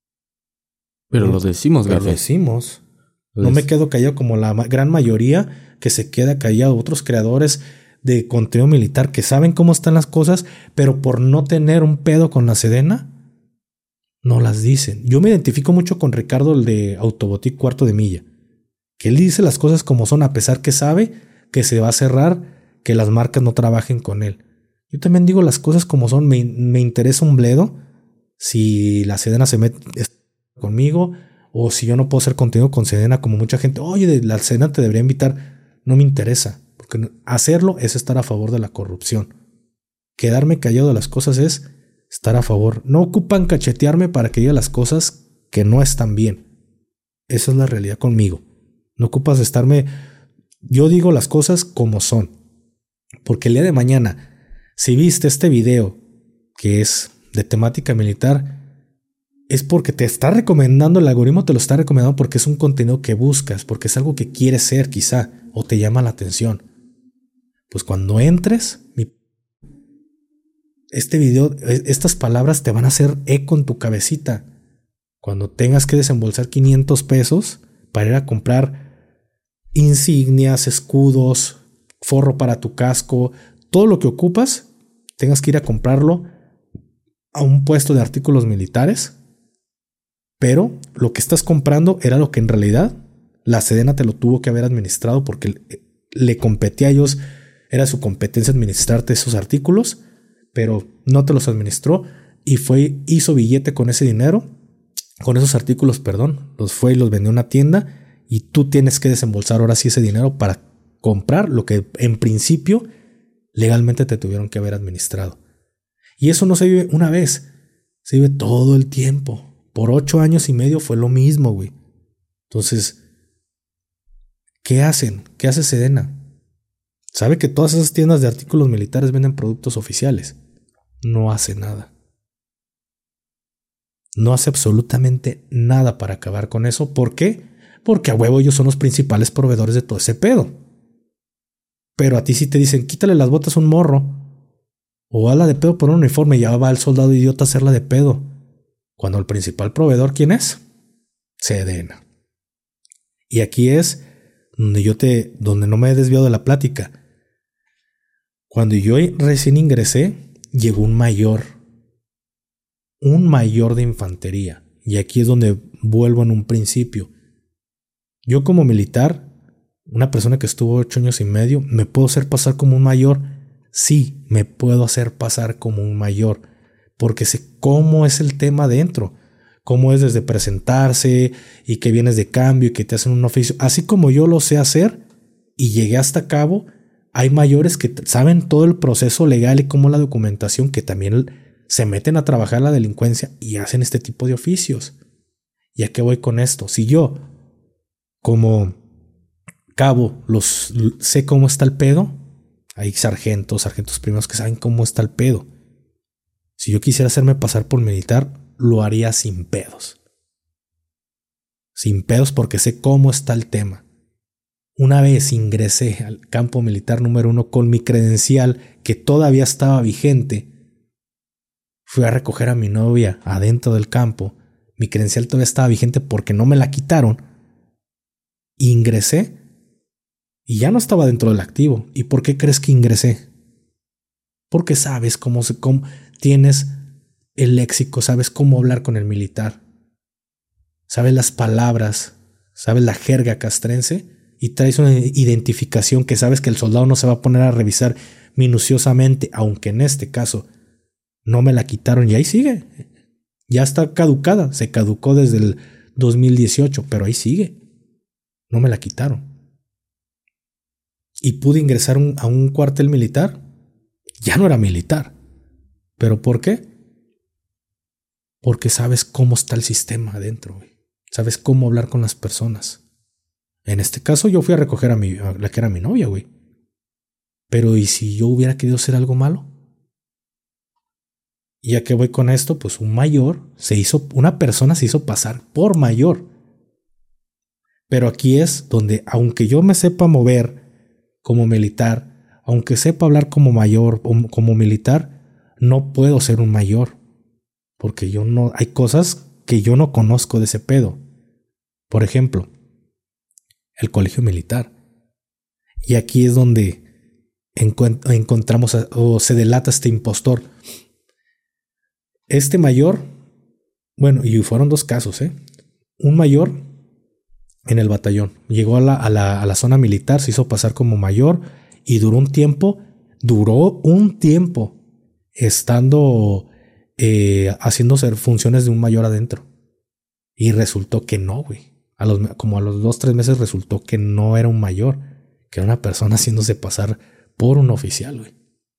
Pero lo decimos, Pero lo decimos. No me quedo callado como la gran mayoría que se queda callado. Otros creadores de contenido militar que saben cómo están las cosas, pero por no tener un pedo con la Sedena, no las dicen. Yo me identifico mucho con Ricardo, el de Autobotic Cuarto de Milla. Que él dice las cosas como son, a pesar que sabe que se va a cerrar que las marcas no trabajen con él. Yo también digo las cosas como son. Me, me interesa un bledo si la Sedena se mete conmigo, o si yo no puedo hacer contenido con Sedena, como mucha gente, oye, la Sedena te debería invitar. No me interesa, porque hacerlo es estar a favor de la corrupción. Quedarme callado de las cosas es estar a favor. No ocupan cachetearme para que diga las cosas que no están bien. Esa es la realidad conmigo. No ocupas estarme... Yo digo las cosas como son. Porque el día de mañana, si viste este video que es de temática militar, es porque te está recomendando, el algoritmo te lo está recomendando porque es un contenido que buscas, porque es algo que quieres ser quizá, o te llama la atención. Pues cuando entres, mi Este video, estas palabras te van a hacer eco en tu cabecita. Cuando tengas que desembolsar quinientos pesos para ir a comprar insignias, escudos, forro para tu casco, todo lo que ocupas, tengas que ir a comprarlo a un puesto de artículos militares. Pero lo que estás comprando era lo que en realidad la Sedena te lo tuvo que haber administrado, porque le competía a ellos, era su competencia administrarte esos artículos. Pero no te los administró y fue, hizo billete con ese dinero, con esos artículos, perdón, los fue y los vendió a una tienda, y tú tienes que desembolsar ahora sí ese dinero para comprar lo que en principio legalmente te tuvieron que haber administrado. Y eso no se vive una vez, se vive todo el tiempo. Por ocho años y medio fue lo mismo, güey. Entonces, ¿qué hacen? ¿Qué hace Sedena? Sabe que todas esas tiendas de artículos militares venden productos oficiales. No hace nada. No hace absolutamente nada para acabar con eso. ¿Por qué? Porque a huevo ellos son los principales proveedores de todo ese pedo. Pero a ti sí te dicen, quítale las botas a un morro, o hazla de pedo por un uniforme, y ya va el soldado idiota a hacerla de pedo. Cuando el principal proveedor, ¿quién es? Sedena. Y aquí es donde yo te, donde no me he desviado de la plática. Cuando yo recién ingresé, llegó un mayor, un mayor de infantería. Y aquí es donde vuelvo en un principio. Yo como militar, una persona que estuvo ocho años y medio, ¿me puedo hacer pasar como un mayor? Sí, me puedo hacer pasar como un mayor, porque sé cómo es el tema dentro. Cómo es desde presentarse y que vienes de cambio y que te hacen un oficio. Así como yo lo sé hacer y llegué hasta cabo, hay mayores que saben todo el proceso legal y cómo la documentación, que también se meten a trabajar la delincuencia y hacen este tipo de oficios. ¿Y a qué voy con esto? Si yo, como cabo, los, sé cómo está el pedo, hay sargentos, sargentos primeros que saben cómo está el pedo. Si yo quisiera hacerme pasar por militar, lo haría sin pedos. Sin pedos, porque sé cómo está el tema. Una vez ingresé al campo militar número uno con mi credencial, que todavía estaba vigente, fui a recoger a mi novia adentro del campo. Mi credencial todavía estaba vigente porque no me la quitaron. Ingresé y ya no estaba dentro del activo. ¿Y por qué crees que ingresé? Porque sabes cómo, se, cómo tienes el léxico, sabes cómo hablar con el militar, sabes las palabras, sabes la jerga castrense, y traes una identificación que sabes que el soldado no se va a poner a revisar minuciosamente, aunque en este caso no me la quitaron y ahí sigue. Ya está caducada, se caducó desde el dos mil dieciocho, pero ahí sigue. No me la quitaron. Y pude ingresar un, a un cuartel militar. Ya no era militar. ¿Pero por qué? Porque sabes cómo está el sistema adentro, güey. Sabes cómo hablar con las personas. En este caso yo fui a recoger a, mi, a la que era mi novia, güey. Pero ¿y si yo hubiera querido hacer algo malo? ¿Y a qué voy con esto? Pues un mayor se hizo, una persona se hizo pasar por mayor. Pero aquí es donde, aunque yo me sepa mover como militar, aunque sepa hablar como mayor o como militar, no puedo ser un mayor. Porque yo no, hay cosas que yo no conozco de ese pedo. Por ejemplo, el colegio militar. Y aquí es donde encuent- encontramos a, o se delata este impostor. Este mayor, bueno, y fueron dos casos, ¿eh? Un mayor en el batallón llegó a la, a la, a la zona militar, se hizo pasar como mayor y duró un tiempo, duró un tiempo estando eh, haciendo funciones de un mayor adentro. Y resultó que no, güey. A los, como a los dos, tres meses resultó que no era un mayor, que era una persona haciéndose pasar por un oficial, güey.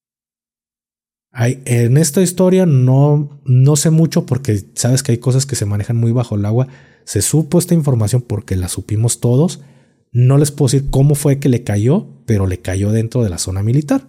Hay, en esta historia no, no sé mucho porque sabes que hay cosas que se manejan muy bajo el agua. Se supo esta información porque la supimos todos. No les puedo decir cómo fue que le cayó, pero le cayó dentro de la zona militar.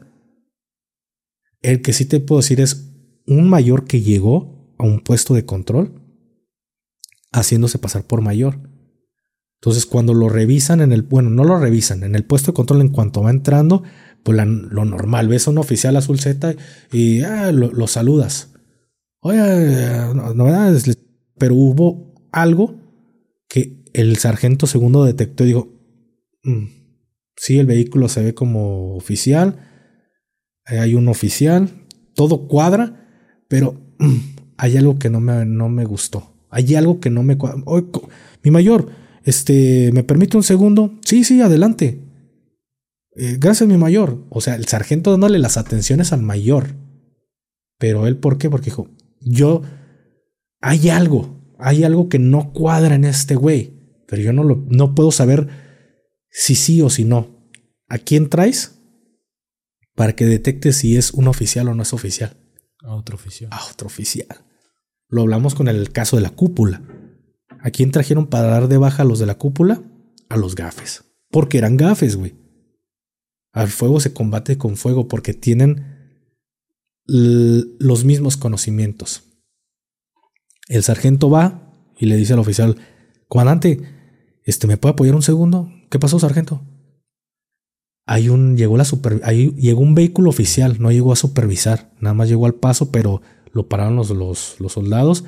El que sí te puedo decir es un mayor que llegó a un puesto de control haciéndose pasar por mayor. Entonces cuando lo revisan en el, bueno, no lo revisan, en el puesto de control en cuanto va entrando, pues la, lo normal, ves a un oficial azul Z y ah, lo, lo saludas. Oye, novedades, pero hubo algo que el sargento segundo detectó y dijo, mm, sí, el vehículo se ve como oficial, hay un oficial, todo cuadra, pero mm, hay algo que no me, no me gustó. Hay algo que no me cuadra. Oye, mi mayor, este, ¿me permite un segundo? Sí, sí, adelante. Eh, gracias, mi mayor. O sea, el sargento dándole las atenciones al mayor. Pero él, ¿por qué? Porque dijo, yo, hay algo, hay algo que no cuadra en este güey. Pero yo no, lo, no puedo saber si sí o si no. ¿A quién traes? Para que detecte si es un oficial o no es oficial. A otro oficial. A otro oficial. Lo hablamos con el caso de la cúpula. ¿A quién trajeron para dar de baja a los de la cúpula? A los gafes. Porque eran gafes, güey. Al fuego se combate con fuego porque tienen l- los mismos conocimientos. El sargento va y le dice al oficial, comandante, este, ¿me puede apoyar un segundo? ¿Qué pasó, sargento? Hay un, llegó la super, ahí llegó un vehículo oficial, no llegó a supervisar, nada más llegó al paso, pero lo pararon los, los, los soldados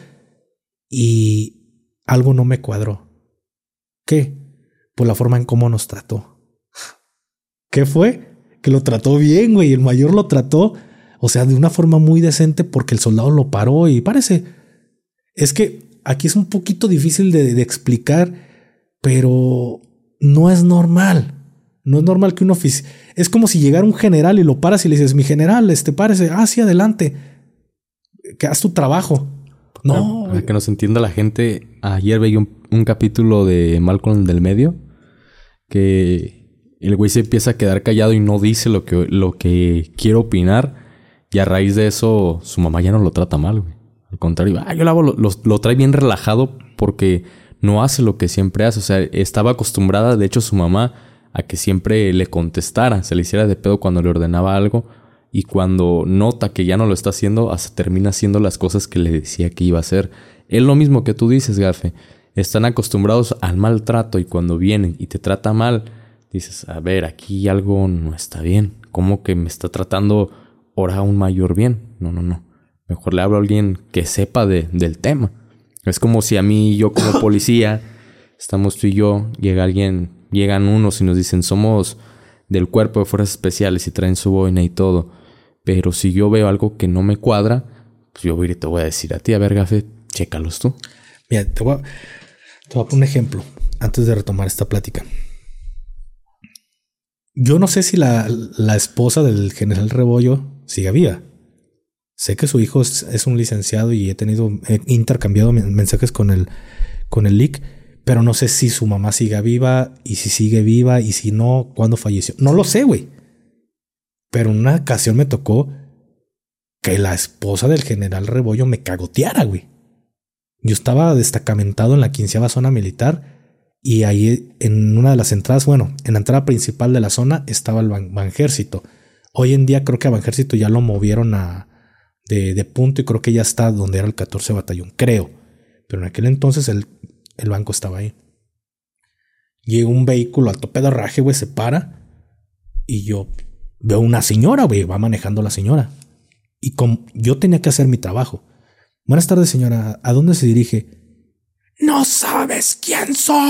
y algo no me cuadró. ¿Qué? Pues la forma en cómo nos trató. ¿Qué fue? Que lo trató bien, güey. El mayor lo trató, o sea, de una forma muy decente porque el soldado lo paró y parece. Es que aquí es un poquito difícil de, de explicar, pero no es normal. No es normal que un oficial... Es como si llegara un general y lo paras y le dices, mi general, este, párese, ah, sí, adelante. Que haz tu trabajo. No. Para que nos entienda la gente, ayer veía un, un capítulo de Malcolm del Medio que el güey se empieza a quedar callado y no dice lo que, lo que quiere opinar y a raíz de eso su mamá ya no lo trata mal, güey. Al contrario, ah, yo lo, hago, lo, lo, lo trae bien relajado porque no hace lo que siempre hace. O sea, estaba acostumbrada, de hecho, su mamá a que siempre le contestara, se le hiciera de pedo cuando le ordenaba algo. Y cuando nota que ya no lo está haciendo, hasta termina haciendo las cosas que le decía que iba a hacer. Es lo mismo que tú dices, Gafe. Están acostumbrados al maltrato y cuando vienen y te trata mal, dices, a ver, aquí algo no está bien. ¿Cómo que me está tratando ahora un mayor bien? No, no, no. Mejor le hablo a alguien que sepa de, del tema. Es como si a mí, yo como policía, estamos tú y yo, llega alguien, llegan unos y nos dicen, somos del cuerpo de fuerzas especiales y traen su boina y todo. Pero si yo veo algo que no me cuadra, pues yo voy y te voy a decir a ti, a ver, Gafe, chécalos tú. Mira, te voy a, te voy a poner un ejemplo antes de retomar esta plática. Yo no sé si la, la esposa del general Rebollo sigue viva. Sé que su hijo es, es un licenciado y he tenido, he intercambiado mensajes con el, con el L I C, pero no sé si su mamá sigue viva y si sigue viva y si no, ¿cuándo falleció? No lo sé, güey. Pero en una ocasión me tocó que la esposa del general Rebollo me cagoteara, güey. Yo estaba destacamentado en la quinceava zona militar y ahí en una de las entradas, bueno, en la entrada principal de la zona estaba el Ban- Banjército. Hoy en día creo que a Banjército ya lo movieron a, de, de punto y creo que ya está donde era el catorce batallón, creo. Pero en aquel entonces el, el banco estaba ahí. Llega un vehículo a tope de raje, güey, se para y yo veo una señora, güey, va manejando la señora. Y como yo tenía que hacer mi trabajo. Buenas tardes, señora. ¿A dónde se dirige? No sabes quién soy.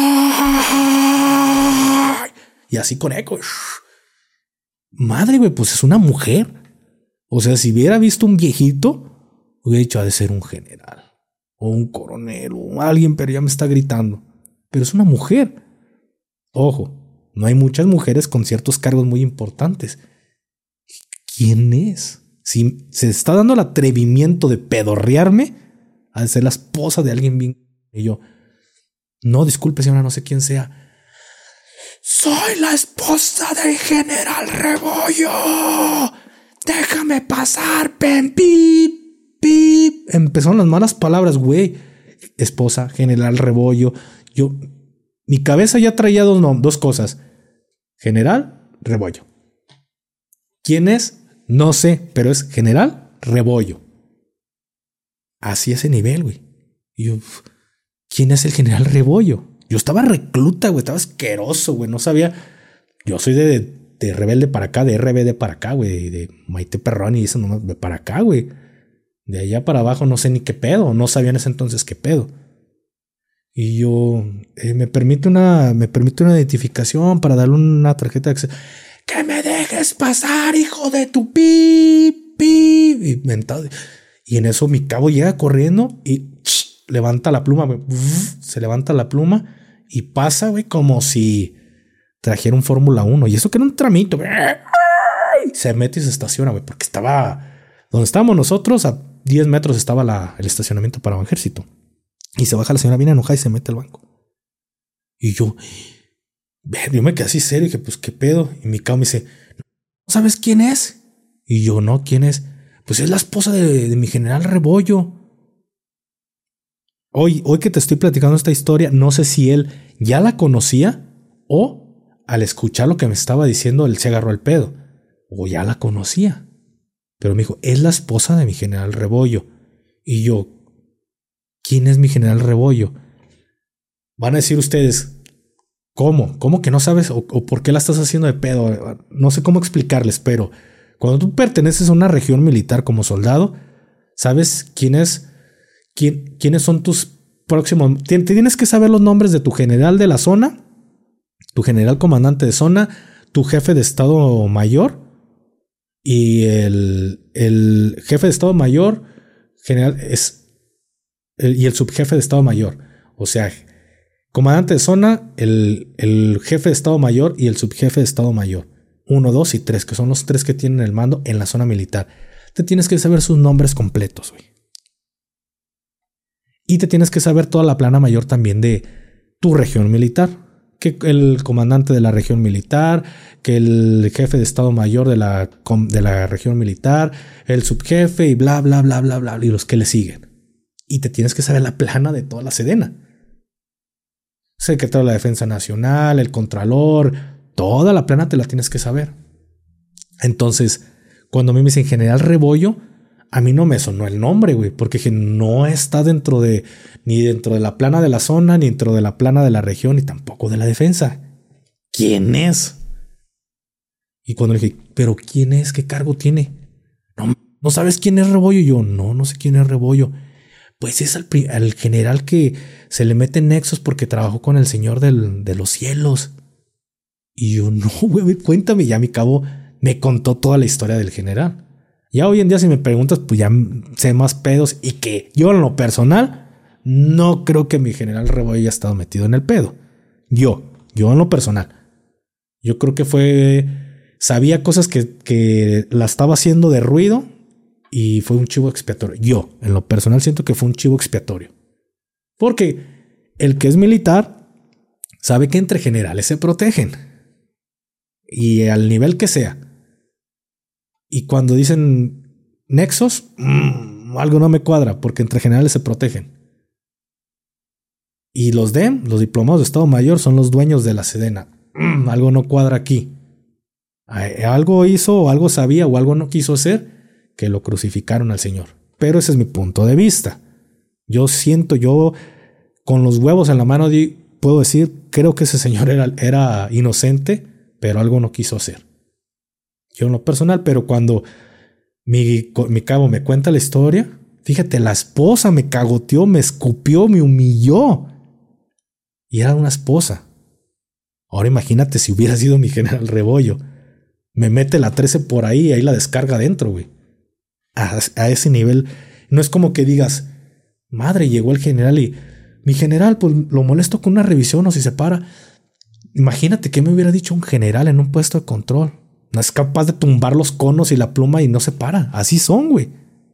Y así con eco. Madre, güey, pues es una mujer. O sea, si hubiera visto un viejito, hubiera dicho, ha de ser un general. O un coronel, o alguien, pero ya me está gritando. Pero es una mujer. Ojo, No hay muchas mujeres con ciertos cargos muy importantes. ¿Quién es? Si se está dando el atrevimiento de pedorrearme, a ser la esposa de alguien bien. Y yo, no, disculpe, señora, no sé quién sea. Soy la esposa del general Rebollo. Déjame pasar, pen, pip, pip. Empezaron las malas palabras, güey. Esposa, general Rebollo. Yo, mi cabeza ya traía dos, no, dos cosas. General Rebollo. ¿Quién es? No sé, pero es general Rebollo. Así ese nivel, güey. Y yo, ¿quién es el general Rebollo? Yo estaba recluta, güey. Estaba asqueroso, güey. No sabía. Yo soy de, de, de rebelde para acá, de R B D para acá, güey. De Maite Perrón y eso nomás de para acá, güey. De allá para abajo no sé ni qué pedo. No sabía en ese entonces qué pedo. Y yo, eh, me permite una, me permite una identificación para darle una tarjeta de acceso. ¡Que me dejes pasar, hijo de tu pi, pi! Y, mentado, y en eso mi cabo llega corriendo y ch, levanta la pluma, güey. Se levanta la pluma y pasa, güey, como si trajera un Fórmula uno. Y eso que era un tramito, güey. Se mete y se estaciona, güey, porque estaba donde estábamos nosotros, a diez metros estaba la, el estacionamiento para un ejército. Y se baja la señora bien enojada y se mete al banco. Y yo, yo me quedé así serio y dije, pues, ¿qué pedo? Y mi cabo me dice, ¿no sabes quién es? Y yo, no, ¿quién es? Pues es la esposa de, de mi general Rebollo. Hoy, hoy que te estoy platicando esta historia, no sé si él ya la conocía o al escuchar lo que me estaba diciendo, él se agarró el pedo. O ya la conocía. Pero me dijo, es la esposa de mi general Rebollo. Y yo, ¿quién es mi general Rebollo? Van a decir ustedes, ¿cómo? ¿Cómo que no sabes? ¿O, o por qué la estás haciendo de pedo? No sé cómo explicarles, pero cuando tú perteneces a una región militar como soldado, ¿sabes quién es? Quién, ¿Quiénes son tus próximos? Tienes que saber los nombres de tu general de la zona, tu general comandante de zona, tu jefe de Estado Mayor y el, el jefe de Estado Mayor general es el, y el subjefe de Estado Mayor. O sea, comandante de zona, el, el jefe de Estado Mayor y el subjefe de Estado Mayor. Uno, dos y tres, que son los tres que tienen el mando en la zona militar. Te tienes que saber sus nombres completos, güey. Y te tienes que saber toda la plana mayor también de tu región militar. Que el comandante de la región militar, que el jefe de Estado Mayor de la, de la región militar, el subjefe y bla, bla, bla, bla, bla, y los que le siguen. Y te tienes que saber la plana de toda la Sedena. Secretario de la Defensa Nacional, el Contralor, toda la plana te la tienes que saber. Entonces, cuando a mí me dicen General Rebollo, a mí no me sonó el nombre, güey, porque no está dentro de, ni dentro de la plana de la zona, ni dentro de la plana de la región, ni tampoco de la defensa. ¿Quién es? Y cuando le dije, ¿pero quién es? ¿Qué cargo tiene? No, ¿no sabes quién es Rebollo? Y yo, no, no sé quién es Rebollo. Pues es al, al general que se le mete en nexos porque trabajó con el señor del, de los cielos. Y yo, no, güey, cuéntame. Ya mi cabo me contó toda la historia del general. Ya hoy en día, si me preguntas, pues ya sé más pedos. Y que yo, en lo personal, no creo que mi general Rebollo haya estado metido en el pedo. Yo, yo en lo personal. Yo creo que fue... Sabía cosas que, que la estaba haciendo de ruido y fue un chivo expiatorio. Yo, en lo personal, siento que fue un chivo expiatorio. Porque el que es militar sabe que entre generales se protegen. Y al nivel que sea. Y cuando dicen nexos, mmm, algo no me cuadra, porque entre generales se protegen. Y los D E M, los diplomados de Estado Mayor, son los dueños de la Sedena. Mmm, algo no cuadra aquí. Algo hizo o algo sabía o algo no quiso hacer que lo crucificaron al señor. Pero ese es mi punto de vista. Yo siento, yo con los huevos en la mano puedo decir, creo que ese señor era, era inocente, pero algo no quiso hacer. Yo en lo personal, pero cuando mi, mi cabo me cuenta la historia, fíjate, la esposa me cagoteó, me escupió, me humilló. Y era una esposa. Ahora imagínate si hubiera sido mi general Rebollo. Me mete la trece por ahí y ahí la descarga adentro, güey. A, a ese nivel. No es como que digas, madre, llegó el general y mi general, pues lo molesto con una revisión o si se para. Imagínate qué me hubiera dicho un general en un puesto de control. No es capaz de tumbar los conos y la pluma y no se para. Así son, güey.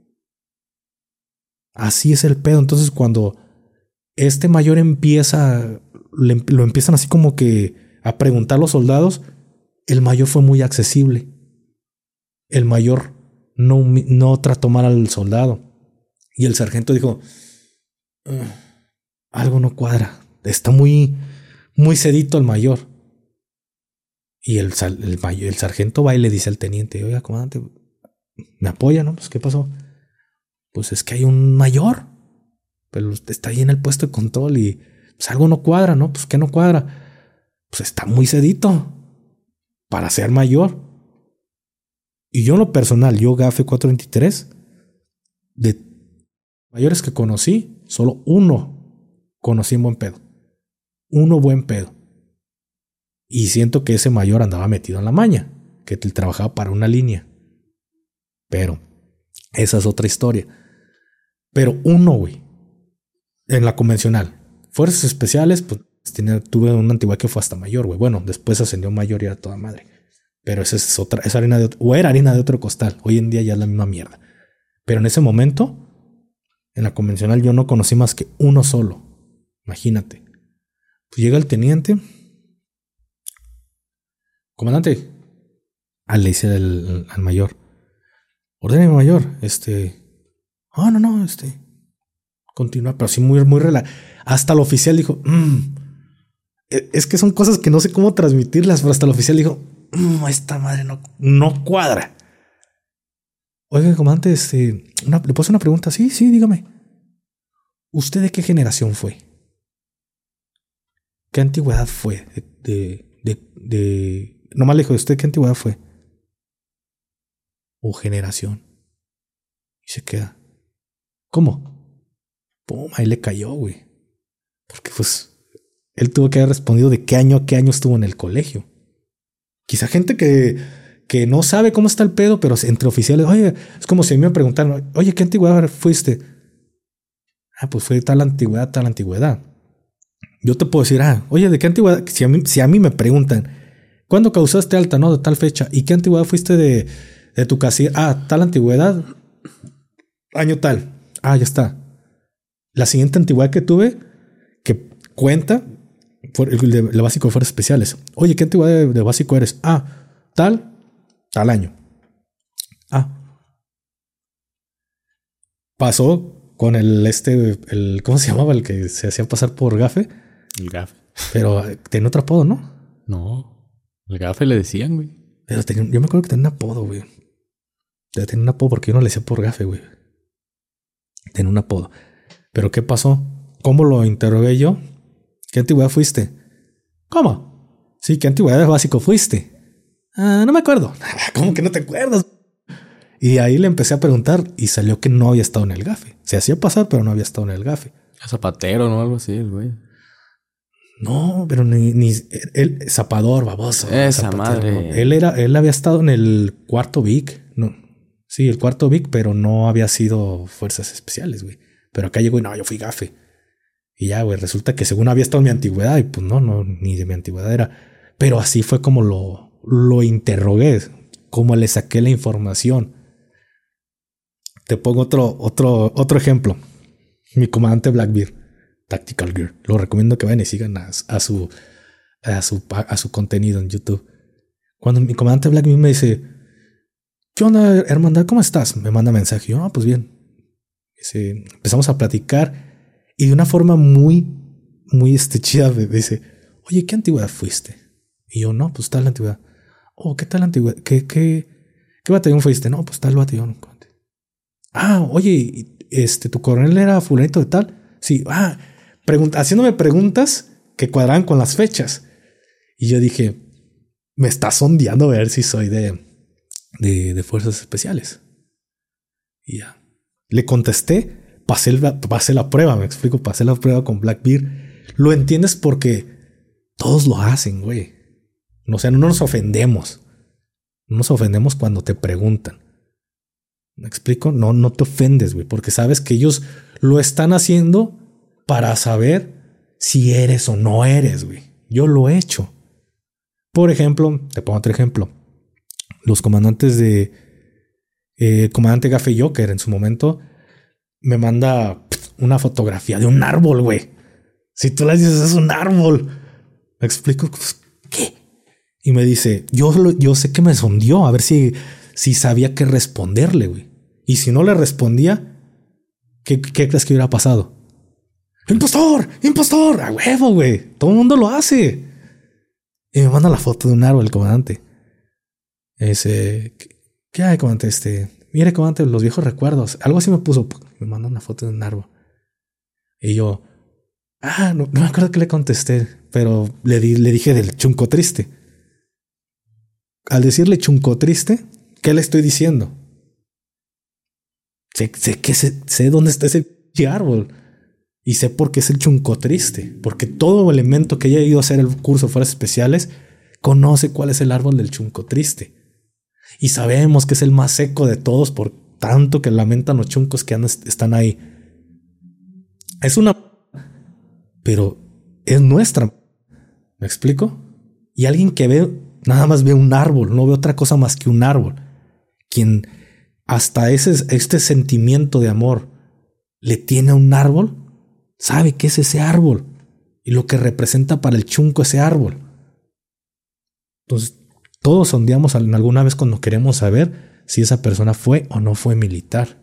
Así es el pedo. Entonces, cuando este mayor empieza, le, lo empiezan así como que a preguntar a los soldados, el mayor fue muy accesible. El mayor no, no trató mal al soldado. Y el sargento dijo, algo no cuadra. Está muy, muy cedito el mayor. Y el, el, el sargento va y le dice al teniente, oiga, comandante, ¿me apoya, no? Pues, ¿qué pasó? Pues es que hay un mayor, pero está ahí en el puesto de control y pues algo no cuadra, ¿no? Pues ¿qué no cuadra? Pues está muy cedito para ser mayor. Y yo en lo personal, yo Gafe cuatrocientos veintitrés, de mayores que conocí, solo uno conocí en buen pedo. Uno buen pedo. Y siento que ese mayor andaba metido en la maña, que él trabajaba para una línea. Pero esa es otra historia. Pero uno, güey, en la convencional. Fuerzas especiales, pues tenía, tuve una antigüedad que fue hasta mayor, güey. Bueno, después ascendió mayor y era toda madre. Pero esa es otra, esa harina de otro, o era harina de otro costal. Hoy en día ya es la misma mierda. Pero en ese momento, en la convencional, yo no conocí más que uno solo. Imagínate. Pues llega el teniente. Comandante. Ah, le dice al, al mayor. Ordéneme, mayor. Este. Ah, oh, no, no, este. Continúa, pero así muy, muy relajado. Hasta el oficial dijo, mmm, es que son cosas que no sé cómo transmitirlas, pero hasta el oficial dijo, mmm, esta madre no, no cuadra. Oiga, comandante, este, una, ¿le puedo hacer una pregunta? Sí, sí, dígame. ¿Usted de qué generación fue? ¿Qué antigüedad fue? De, de, de, de... Nomás le dijo, ¿usted qué antigüedad fue? O generación. Y se queda. ¿Cómo? Pum, ahí le cayó, güey. Porque pues él tuvo que haber respondido de qué año a qué año estuvo en el colegio. Quizá gente que, que no sabe cómo está el pedo, pero entre oficiales, oye, es como si a mí me preguntaran, oye, ¿qué antigüedad fuiste? Ah, pues fue tal antigüedad, tal antigüedad. Yo te puedo decir, ah, oye, ¿de qué antigüedad? Si a mí, si a mí me preguntan, ¿cuándo causaste alta, no? De tal fecha. ¿Y qué antigüedad fuiste de, de tu casilla? Ah, tal antigüedad, año tal. Ah, ya está. La siguiente antigüedad que tuve, que cuenta, fue el de, el básico de fuerzas especiales. Oye, ¿qué antigüedad de, de básico eres? Ah, tal, tal año. Ah. Pasó con el este, el, ¿cómo se llamaba? El que se hacía pasar por Gafe. El Gafe. Pero tenía otro apodo, ¿no? No. El Gafe le decían, güey. Pero tenía, yo me acuerdo que tenía un apodo, güey. Tenía un apodo porque yo no le decía por Gafe, güey. Tenía un apodo. ¿Pero qué pasó? ¿Cómo lo interrogué yo? ¿Qué antigüedad fuiste? ¿Cómo? Sí, ¿qué antigüedad de básico fuiste? Ah, no me acuerdo. ¿Cómo que no te acuerdas? Y ahí le empecé a preguntar y salió que no había estado en el Gafe. Se hacía pasar, pero no había estado en el Gafe. Zapatero, ¿no? Algo así, el güey. No, pero ni, ni él, zapador, baboso. Esa zapatero, madre. No. Él era, él había estado en el cuarto Vic. No, sí, el cuarto Vic, pero no había sido fuerzas especiales, güey. Pero acá llegó y no, yo fui Gafe. Y ya, güey, resulta que según había estado en mi antigüedad, y pues no, no, ni de mi antigüedad era. Pero así fue como lo, lo interrogué, como le saqué la información. Te pongo otro, otro, otro ejemplo. Mi comandante Blackbeard, Tactical Gear. Lo recomiendo que vayan y sigan a, a su, a su, a su contenido en YouTube. Cuando mi comandante Blackbeard me dice, ¿qué onda, hermandad? ¿Cómo estás? Me manda mensaje. Yo, ah, pues bien. Dice, empezamos a platicar y de una forma muy, muy este, chida me dice, oye, ¿qué antigüedad fuiste? Y yo, no, pues tal antigüedad. Oh, ¿qué tal antigüedad? ¿Qué, qué, qué batallón fuiste? No, pues tal batallón. Ah, oye, este, ¿tu coronel era fulanito de tal? Sí, ah, pregunta, haciéndome preguntas que cuadraban con las fechas. Y yo dije, me está sondeando a ver si soy de, de, de fuerzas especiales. Y ya. Le contesté, pasé la, pasé la prueba, me explico, pasé la prueba con Blackbeard. Lo entiendes porque todos lo hacen, güey. O sea, no nos ofendemos. No nos ofendemos cuando te preguntan. ¿Me explico? No, no te ofendes, güey, porque sabes que ellos lo están haciendo para saber si eres o no eres, güey. Yo lo he hecho. Por ejemplo, te pongo otro ejemplo. Los comandantes de... Eh, el comandante Gaffe Joker en su momento me manda una fotografía de un árbol, güey. Si tú le dices, es un árbol. Me explico, pues, ¿qué? Y me dice, yo, lo, yo sé que me sondeó a ver si, si sabía qué responderle, güey. Y si no le respondía, ¿qué, qué crees que hubiera pasado? ¡Impostor! ¡Impostor! ¡A huevo, güey! Todo el mundo lo hace. Y me manda la foto de un árbol, el comandante. Ese, ¿qué, qué hay, comandante? Este, mire, comandante, los viejos recuerdos. Algo así me puso. Me manda una foto de un árbol. Y yo, ah, no, no me acuerdo que le contesté, pero le, di, le dije del chunco triste. Al decirle chunco triste, ¿qué le estoy diciendo? Sé, sé que sé, sé dónde está ese árbol. Y sé por qué es el chunco triste. Porque todo elemento que haya ido a hacer el curso de fuerzas especiales conoce cuál es el árbol del chunco triste. Y sabemos que es el más seco de todos por tanto que lamentan los chuncos que andan, están ahí. Es una... Pero es nuestra. ¿Me explico? Y alguien que ve, nada más ve un árbol, no ve otra cosa más que un árbol. Quien hasta ese, este sentimiento de amor le tiene a un árbol, sabe qué es ese árbol y lo que representa para el chunco ese árbol. Entonces, todos sondeamos alguna vez cuando queremos saber si esa persona fue o no fue militar.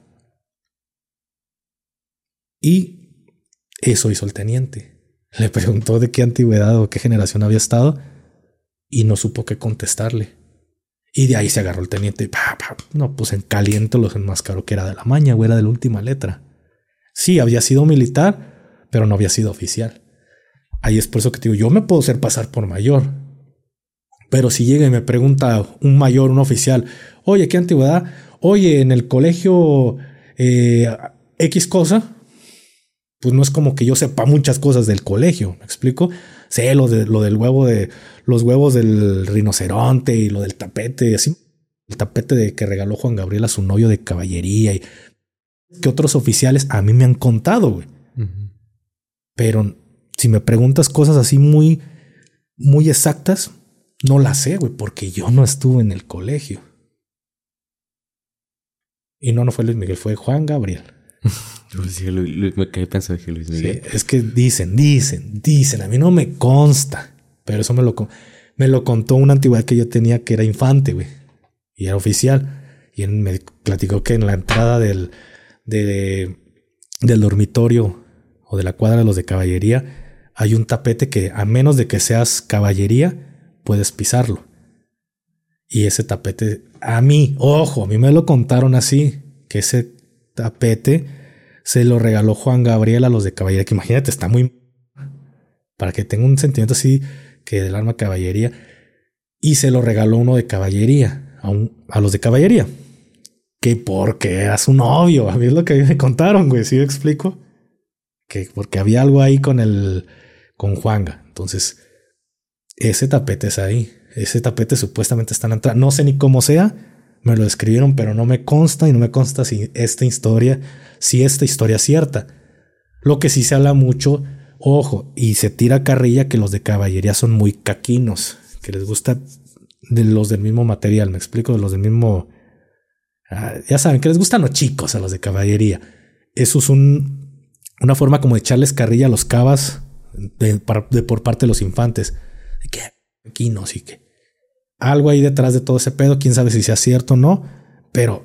Y eso hizo el teniente. Le preguntó de qué antigüedad o qué generación había estado y no supo qué contestarle. Y de ahí se agarró el teniente. Pa, pa, no, pues en caliente los enmascaró que era de la maña, güey, era de la última letra. Sí, había sido militar, pero no había sido oficial. Ahí es por eso que te digo, yo me puedo hacer pasar por mayor. Pero si llega y me pregunta un mayor, un oficial, oye, ¿qué antigüedad? Oye, en el colegio eh, X cosa, pues no es como que yo sepa muchas cosas del colegio, ¿me explico? Sé lo, de, lo del huevo de los huevos del rinoceronte y lo del tapete, así, el tapete de que regaló Juan Gabriel a su novio de caballería y que otros oficiales a mí me han contado, güey. Uh-huh. Pero si me preguntas cosas así muy, muy exactas, no las sé, güey, porque yo no estuve en el colegio. Y no, no fue Luis Miguel, fue Juan Gabriel. Sí, Luis, Luis, me quedé pensando que Luis Miguel. Sí, es que dicen, dicen, dicen, a mí no me consta, pero eso me lo, me lo contó una antigüedad que yo tenía que era infante, güey, y era oficial. Y él me platicó que en la entrada del, de, del dormitorio o de la cuadra de los de caballería hay un tapete que a menos de que seas caballería puedes pisarlo. Y ese tapete, a mí, ojo, a mí me lo contaron así, que ese tapete se lo regaló Juan Gabriel a los de caballería, que imagínate, está muy... para que tenga un sentimiento así, que del alma caballería, y se lo regaló uno de caballería, a, un, a los de caballería, que porque era su novio, a mí es lo que me contaron, güey, ¿sí me explico? Que porque había algo ahí con el, con Juanga, entonces... Ese tapete es ahí. Ese tapete supuestamente está en la entrada. No sé ni cómo sea. Me lo escribieron, pero no me consta y no me consta si esta historia, si esta historia es cierta. Lo que sí se habla mucho, ojo, y se tira carrilla que los de caballería son muy caquinos, que les gusta de los del mismo material. Me explico, de los del mismo. Ah, ya saben que les gustan los chicos a los de caballería. Eso es un, una forma como de echarles carrilla a los cabas de, de por parte de los infantes. De que aquí no, sí que algo ahí detrás de todo ese pedo, quién sabe si sea cierto o no, pero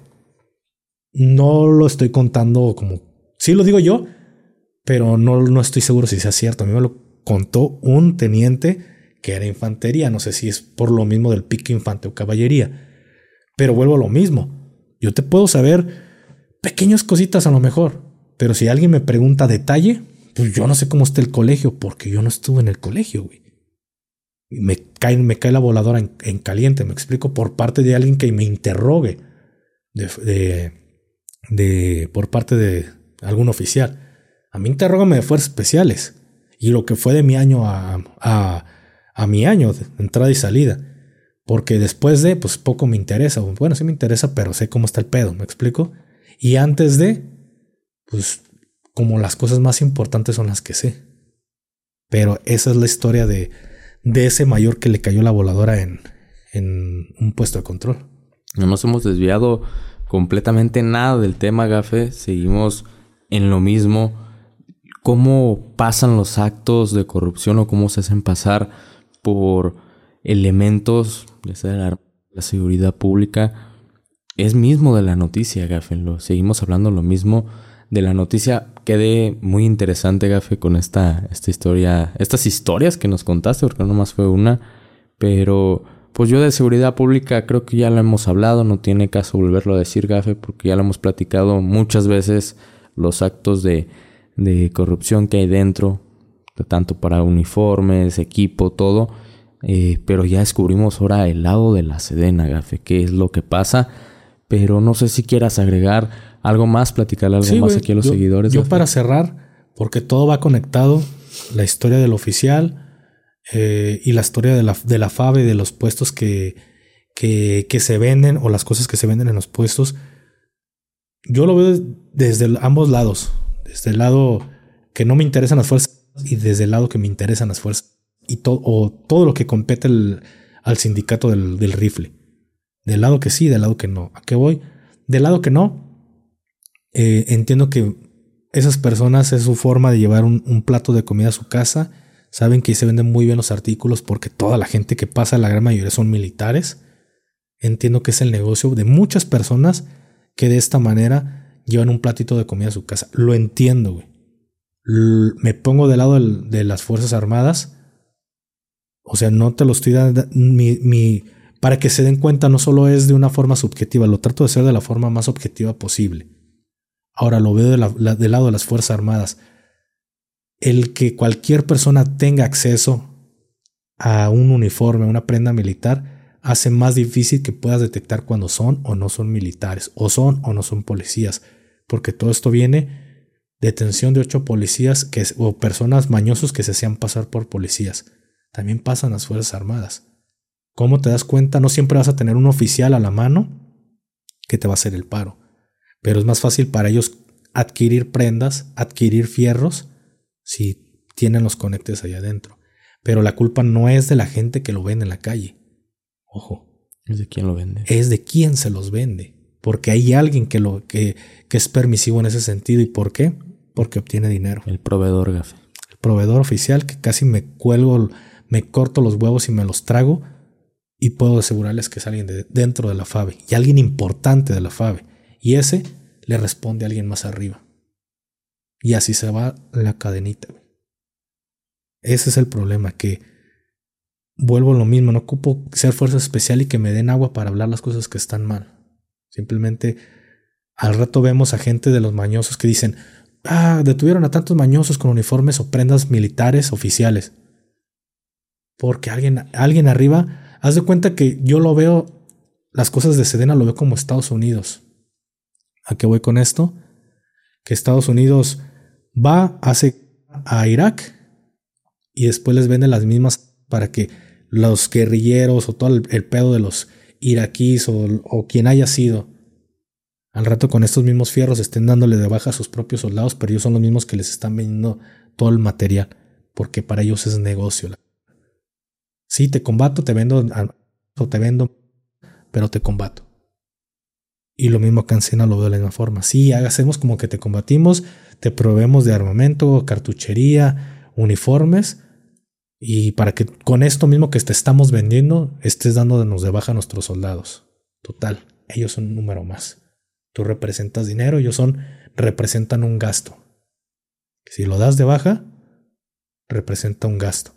no lo estoy contando como, sí lo digo yo, pero no, no estoy seguro si sea cierto. A mí me lo contó un teniente que era infantería, no sé si es por lo mismo del pique infante o caballería, pero vuelvo a lo mismo. Yo te puedo saber pequeñas cositas a lo mejor, pero si alguien me pregunta detalle, pues yo no sé cómo está el colegio, porque yo no estuve en el colegio, güey. Me cae, me cae la voladora en, en caliente, me explico, por parte de alguien que me interrogue de, de, de, por parte de algún oficial. A mí interrógame de fuerzas especiales y lo que fue de mi año a, a, a mi año de entrada y salida, porque después de, pues poco me interesa. Bueno, sí me interesa, pero sé cómo está el pedo, me explico. Y antes de, pues como las cosas más importantes son las que sé. Pero esa es la historia de de ese mayor que le cayó la voladora en, en un puesto de control. No nos hemos desviado completamente nada del tema, Gafe. Seguimos en lo mismo. ¿Cómo pasan los actos de corrupción o cómo se hacen pasar por elementos, ya sea de la, la seguridad pública? Es mismo de la noticia, Gafe. Lo, seguimos hablando lo mismo de la noticia. Quedé muy interesante, Gafe, con esta, esta historia, estas historias que nos contaste, porque no nomás fue una. Pero pues yo de seguridad pública creo que ya lo hemos hablado. No tiene caso volverlo a decir, Gafe, porque ya lo hemos platicado muchas veces. Los actos de, de corrupción que hay dentro, tanto para uniformes, equipo, todo. Eh, pero ya descubrimos ahora el lado de la Sedena, Gafe, qué es lo que pasa. Pero no sé si quieras agregar algo más, platicarle algo sí, más wey, aquí a los yo, seguidores. Yo Gafe. Para cerrar, porque todo va conectado, la historia del oficial eh, y la historia de la, de la FABE, de los puestos que, que, que se venden o las cosas que se venden en los puestos. Yo lo veo desde ambos lados, desde el lado que no me interesan las fuerzas y desde el lado que me interesan las fuerzas y to- o todo lo que compete el, al sindicato del, del rifle. Del lado que sí, del lado que no. ¿A qué voy? Del lado que no, eh, entiendo que esas personas es su forma de llevar un, un plato de comida a su casa. Saben que se venden muy bien los artículos porque toda la gente que pasa, la gran mayoría son militares. Entiendo que es el negocio de muchas personas que de esta manera llevan un platito de comida a su casa. Lo entiendo, güey. L- me pongo del lado del, de las Fuerzas Armadas. O sea, no te lo estoy dando. Mi... mi Para que se den cuenta, no solo es de una forma subjetiva, lo trato de hacer de la forma más objetiva posible. Ahora lo veo de la, la, del lado de las Fuerzas Armadas. El que cualquier persona tenga acceso a un uniforme, a una prenda militar, hace más difícil que puedas detectar cuando son o no son militares, o son o no son policías. Porque todo esto viene de detención de ocho policías que, o personas mañosos que se hacían pasar por policías. También pasan las Fuerzas Armadas. ¿Cómo te das cuenta? No siempre vas a tener un oficial a la mano que te va a hacer el paro. Pero es más fácil para ellos adquirir prendas, adquirir fierros, si tienen los conectes allá adentro. Pero la culpa no es de la gente que lo vende en la calle. Ojo. ¿Es de quién lo vende? Es de quién se los vende. Porque hay alguien que, lo, que, que es permisivo en ese sentido. ¿Y por qué? Porque obtiene dinero. El proveedor, Gafe. El proveedor oficial que casi me cuelgo, me corto los huevos y me los trago. Y puedo asegurarles que es alguien de dentro de la FABE. Y alguien importante de la FABE. Y ese le responde a alguien más arriba. Y así se va la cadenita. Ese es el problema. Que vuelvo a lo mismo. No ocupo ser fuerza especial y que me den agua para hablar las cosas que están mal. Simplemente al rato vemos a gente de los mañosos que dicen: ah, detuvieron a tantos mañosos con uniformes o prendas militares oficiales. Porque alguien, alguien arriba... Haz de cuenta que yo lo veo, las cosas de Sedena lo veo como Estados Unidos. ¿A qué voy con esto? Que Estados Unidos va, hace a Irak y después les vende las mismas para que los guerrilleros o todo el, el pedo de los iraquíes o, o quien haya sido, al rato con estos mismos fierros estén dándole de baja a sus propios soldados, pero ellos son los mismos que les están vendiendo todo el material, porque para ellos es negocio. Sí, te combato, te vendo, o te vendo, pero te combato. Y lo mismo acá en Sedena lo veo de la misma forma. Sí, hacemos como que te combatimos, te proveemos de armamento, cartuchería, uniformes, y para que con esto mismo que te estamos vendiendo, estés dándonos de baja a nuestros soldados. Total, ellos son un número más. Tú representas dinero, ellos son, representan un gasto. Si lo das de baja, representa un gasto.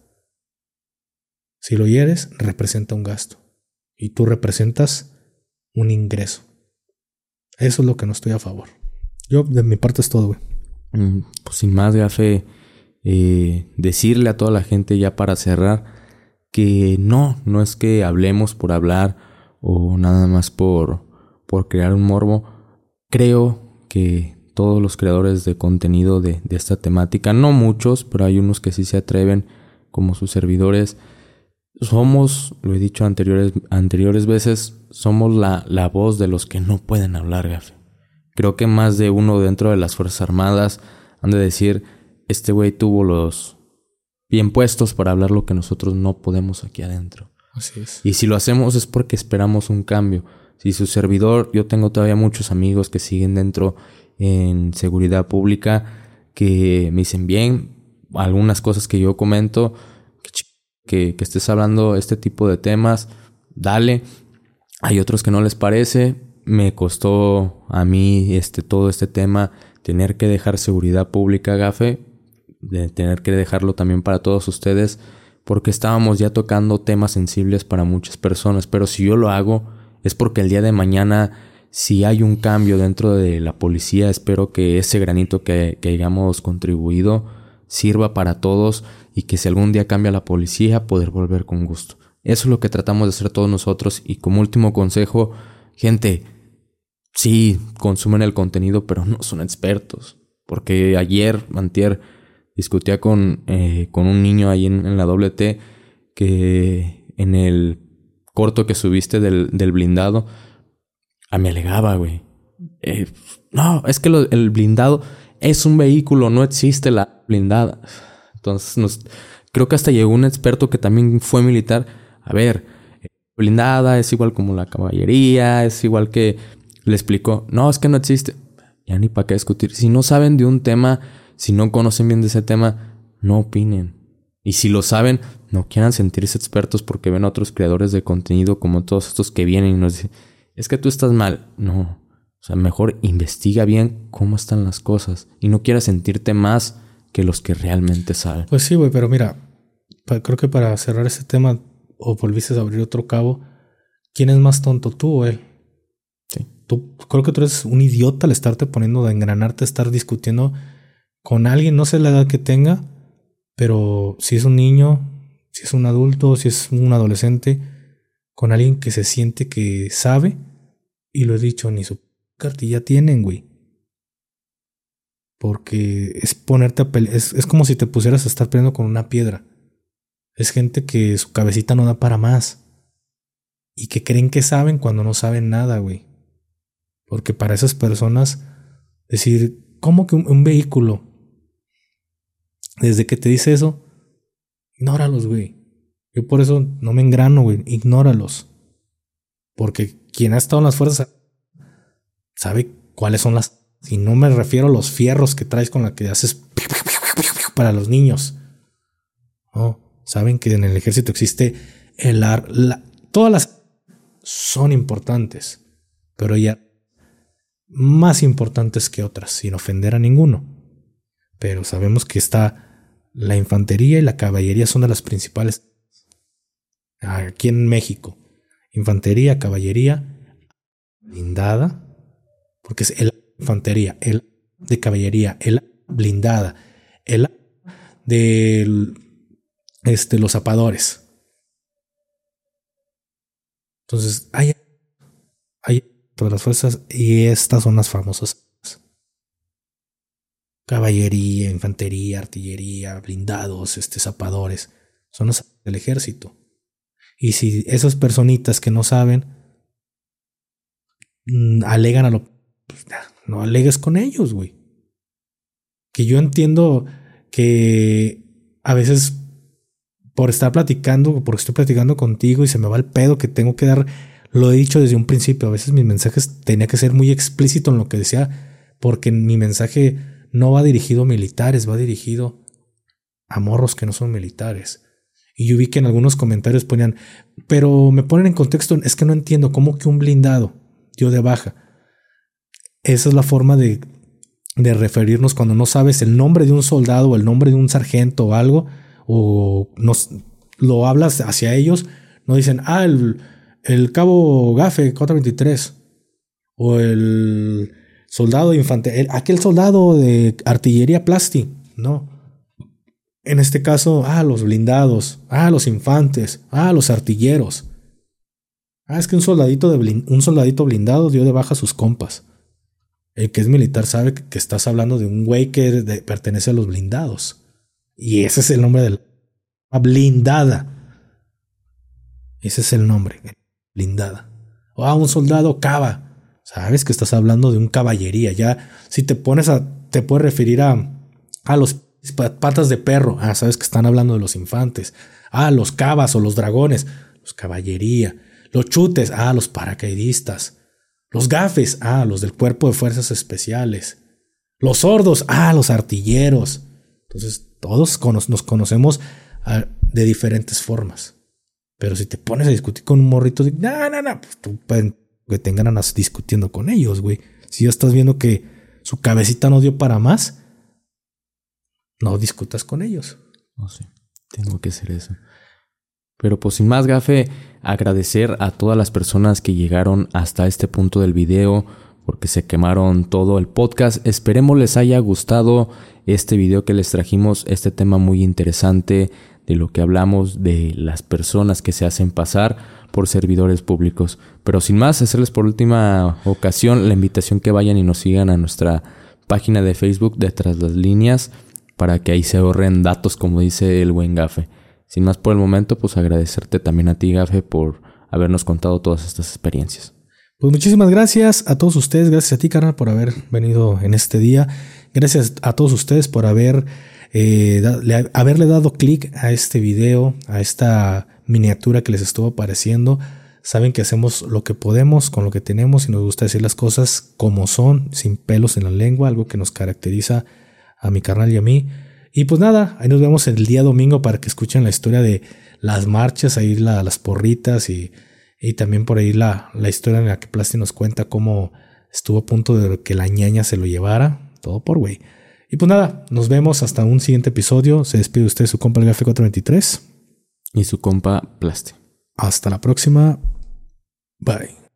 Si lo hieres, representa un gasto. Y tú representas un ingreso. Eso es lo que no estoy a favor. Yo, de mi parte, es todo, güey. Mm, pues sin más, Gafe, eh, decirle a toda la gente ya para cerrar que no, no es que hablemos por hablar o nada más por, por crear un morbo. Creo que todos los creadores de contenido de, de esta temática, no muchos, pero hay unos que sí se atreven, como sus servidores. Somos, lo he dicho anteriores, anteriores veces, somos la, la voz de los que no pueden hablar, Gafe. Creo que más de uno dentro de las Fuerzas Armadas han de decir: este güey tuvo los, bien puestos para hablar lo que nosotros no podemos aquí adentro. Así es. Y si lo hacemos es porque esperamos un cambio. Si su servidor, yo tengo todavía muchos amigos que siguen dentro en seguridad pública que me dicen bien, algunas cosas que yo comento, que, que estés hablando este tipo de temas, dale. Hay otros que no les parece. Me costó a mí este todo este tema tener que dejar seguridad pública, Gafe, de tener que dejarlo también para todos ustedes, porque estábamos ya tocando temas sensibles para muchas personas. Pero si yo lo hago es porque el día de mañana, si hay un cambio dentro de la policía, espero que ese granito que, que hayamos contribuido sirva para todos y que si algún día cambia la policía, poder volver con gusto. Eso es lo que tratamos de hacer todos nosotros. Y como último consejo, gente, sí, consumen el contenido, pero no son expertos. Porque ayer, antier, discutía con, eh, con un niño ahí en, en la doble T que en el corto que subiste del, del blindado, a me alegaba, güey. Eh, no, es que lo, el blindado es un vehículo, no existe la blindada. Entonces, nos, creo que hasta llegó un experto que también fue militar. A ver, blindada es igual como la caballería, es igual que le explicó. No, es que no existe. Ya ni para qué discutir. Si no saben de un tema, si no conocen bien de ese tema, no opinen. Y si lo saben, no quieran sentirse expertos porque ven a otros creadores de contenido como todos estos que vienen y nos dicen, es que tú estás mal. No, o sea, mejor investiga bien cómo están las cosas y no quieras sentirte más que los que realmente saben. Pues sí, güey, pero mira, pa- creo que para cerrar este tema, o volviste a abrir otro cabo, ¿quién es más tonto, tú o él? Sí. Tú, creo que tú eres un idiota al estarte poniendo de engranarte, estar discutiendo con alguien, no sé la edad que tenga, pero si es un niño, si es un adulto, si es un adolescente, con alguien que se siente que sabe, y lo he dicho, ni su cartilla tienen, güey. Porque es ponerte a pelear, es, es como si te pusieras a estar peleando con una piedra. Es gente que su cabecita no da para más. Y que creen que saben cuando no saben nada, güey. Porque para esas personas, decir, ¿cómo que un, un vehículo? Desde que te dice eso, ignóralos, güey. Yo por eso no me engrano, güey. Ignóralos. Porque quien ha estado en las fuerzas sabe cuáles son las... Y no me refiero a los fierros que traes con la que haces para los niños. No, saben que en el ejército existe el ar... La, todas las son importantes, pero ya más importantes que otras, sin ofender a ninguno. Pero sabemos que está la infantería y la caballería son de las principales aquí en México. Infantería, caballería, blindada, porque es el infantería, el de caballería, el blindada, el de este, los zapadores. Entonces, hay, hay todas las fuerzas y estas son las famosas. Caballería, infantería, artillería, blindados, este, zapadores. Son los del ejército. Y si esas personitas que no saben mmm, alegan a lo... Pues, no alegues con ellos, güey. Que yo entiendo que a veces por estar platicando, porque estoy platicando contigo y se me va el pedo que tengo que dar, lo he dicho desde un principio, a veces mis mensajes tenía que ser muy explícito en lo que decía, porque mi mensaje no va dirigido a militares, va dirigido a morros que no son militares. Y yo vi que en algunos comentarios ponían, pero me ponen en contexto, es que no entiendo, ¿cómo que un blindado dio de baja? Esa es la forma de, de referirnos cuando no sabes el nombre de un soldado o el nombre de un sargento o algo, o nos, lo hablas hacia ellos, no dicen, ah, el, el cabo Gafe cuatrocientos veintitrés, o el soldado de infantería, aquel soldado de artillería Plasti, no. En este caso, ah, los blindados, ah, los infantes, ah, los artilleros. Ah, es que un soldadito, de blind, un soldadito blindado dio de baja a sus compas. El que es militar sabe que, que estás hablando de un güey que de, pertenece a los blindados. Y ese es el nombre de la blindada. Ese es el nombre, blindada. O ah, un soldado cava. Sabes que estás hablando de un caballería. Ya, si te pones a, te puedes referir a, a los Patas de perro. Ah, sabes que están hablando de los infantes. Ah, los cabas o los dragones. Los caballería. Los chutes. Ah, los paracaidistas. Los gafes. Ah, los del cuerpo de fuerzas especiales. Los sordos. Ah, los artilleros. Entonces, todos nos conocemos de diferentes formas. Pero si te pones a discutir con un morrito, no, no, no, pues tú pueden que tengan ganas discutiendo con ellos, güey. Si ya estás viendo que su cabecita no dio para más, no discutas con ellos. No sé, tengo que hacer eso. Pero pues sin más, Gafe, agradecer a todas las personas que llegaron hasta este punto del video, porque se quemaron todo el podcast. Esperemos les haya gustado este video que les trajimos, este tema muy interesante de lo que hablamos de las personas que se hacen pasar por servidores públicos. Pero sin más, hacerles por última ocasión la invitación que vayan y nos sigan a nuestra página de Facebook de Tras las Líneas, para que ahí se ahorren datos, como dice el buen Gafe. Sin más por el momento, pues agradecerte también a ti, Gafe, por habernos contado todas estas experiencias. Pues muchísimas gracias a todos ustedes, gracias a ti, carnal, por haber venido en este día. Gracias a todos ustedes por haber eh, da, le, haberle dado clic a este video, a esta miniatura que les estuvo apareciendo. Saben que hacemos lo que podemos con lo que tenemos y nos gusta decir las cosas como son, sin pelos en la lengua, algo que nos caracteriza a mi carnal y a mí. Y pues nada, ahí nos vemos el día domingo para que escuchen la historia de las marchas, ahí la, las porritas y, y también por ahí la, la historia en la que Plasti nos cuenta cómo estuvo a punto de que la ñaña se lo llevara. Todo por güey. Y pues nada, nos vemos hasta un siguiente episodio. Se despide usted su compa el Gafe cuatro veintitrés. Y su compa Plasti. Hasta la próxima. Bye.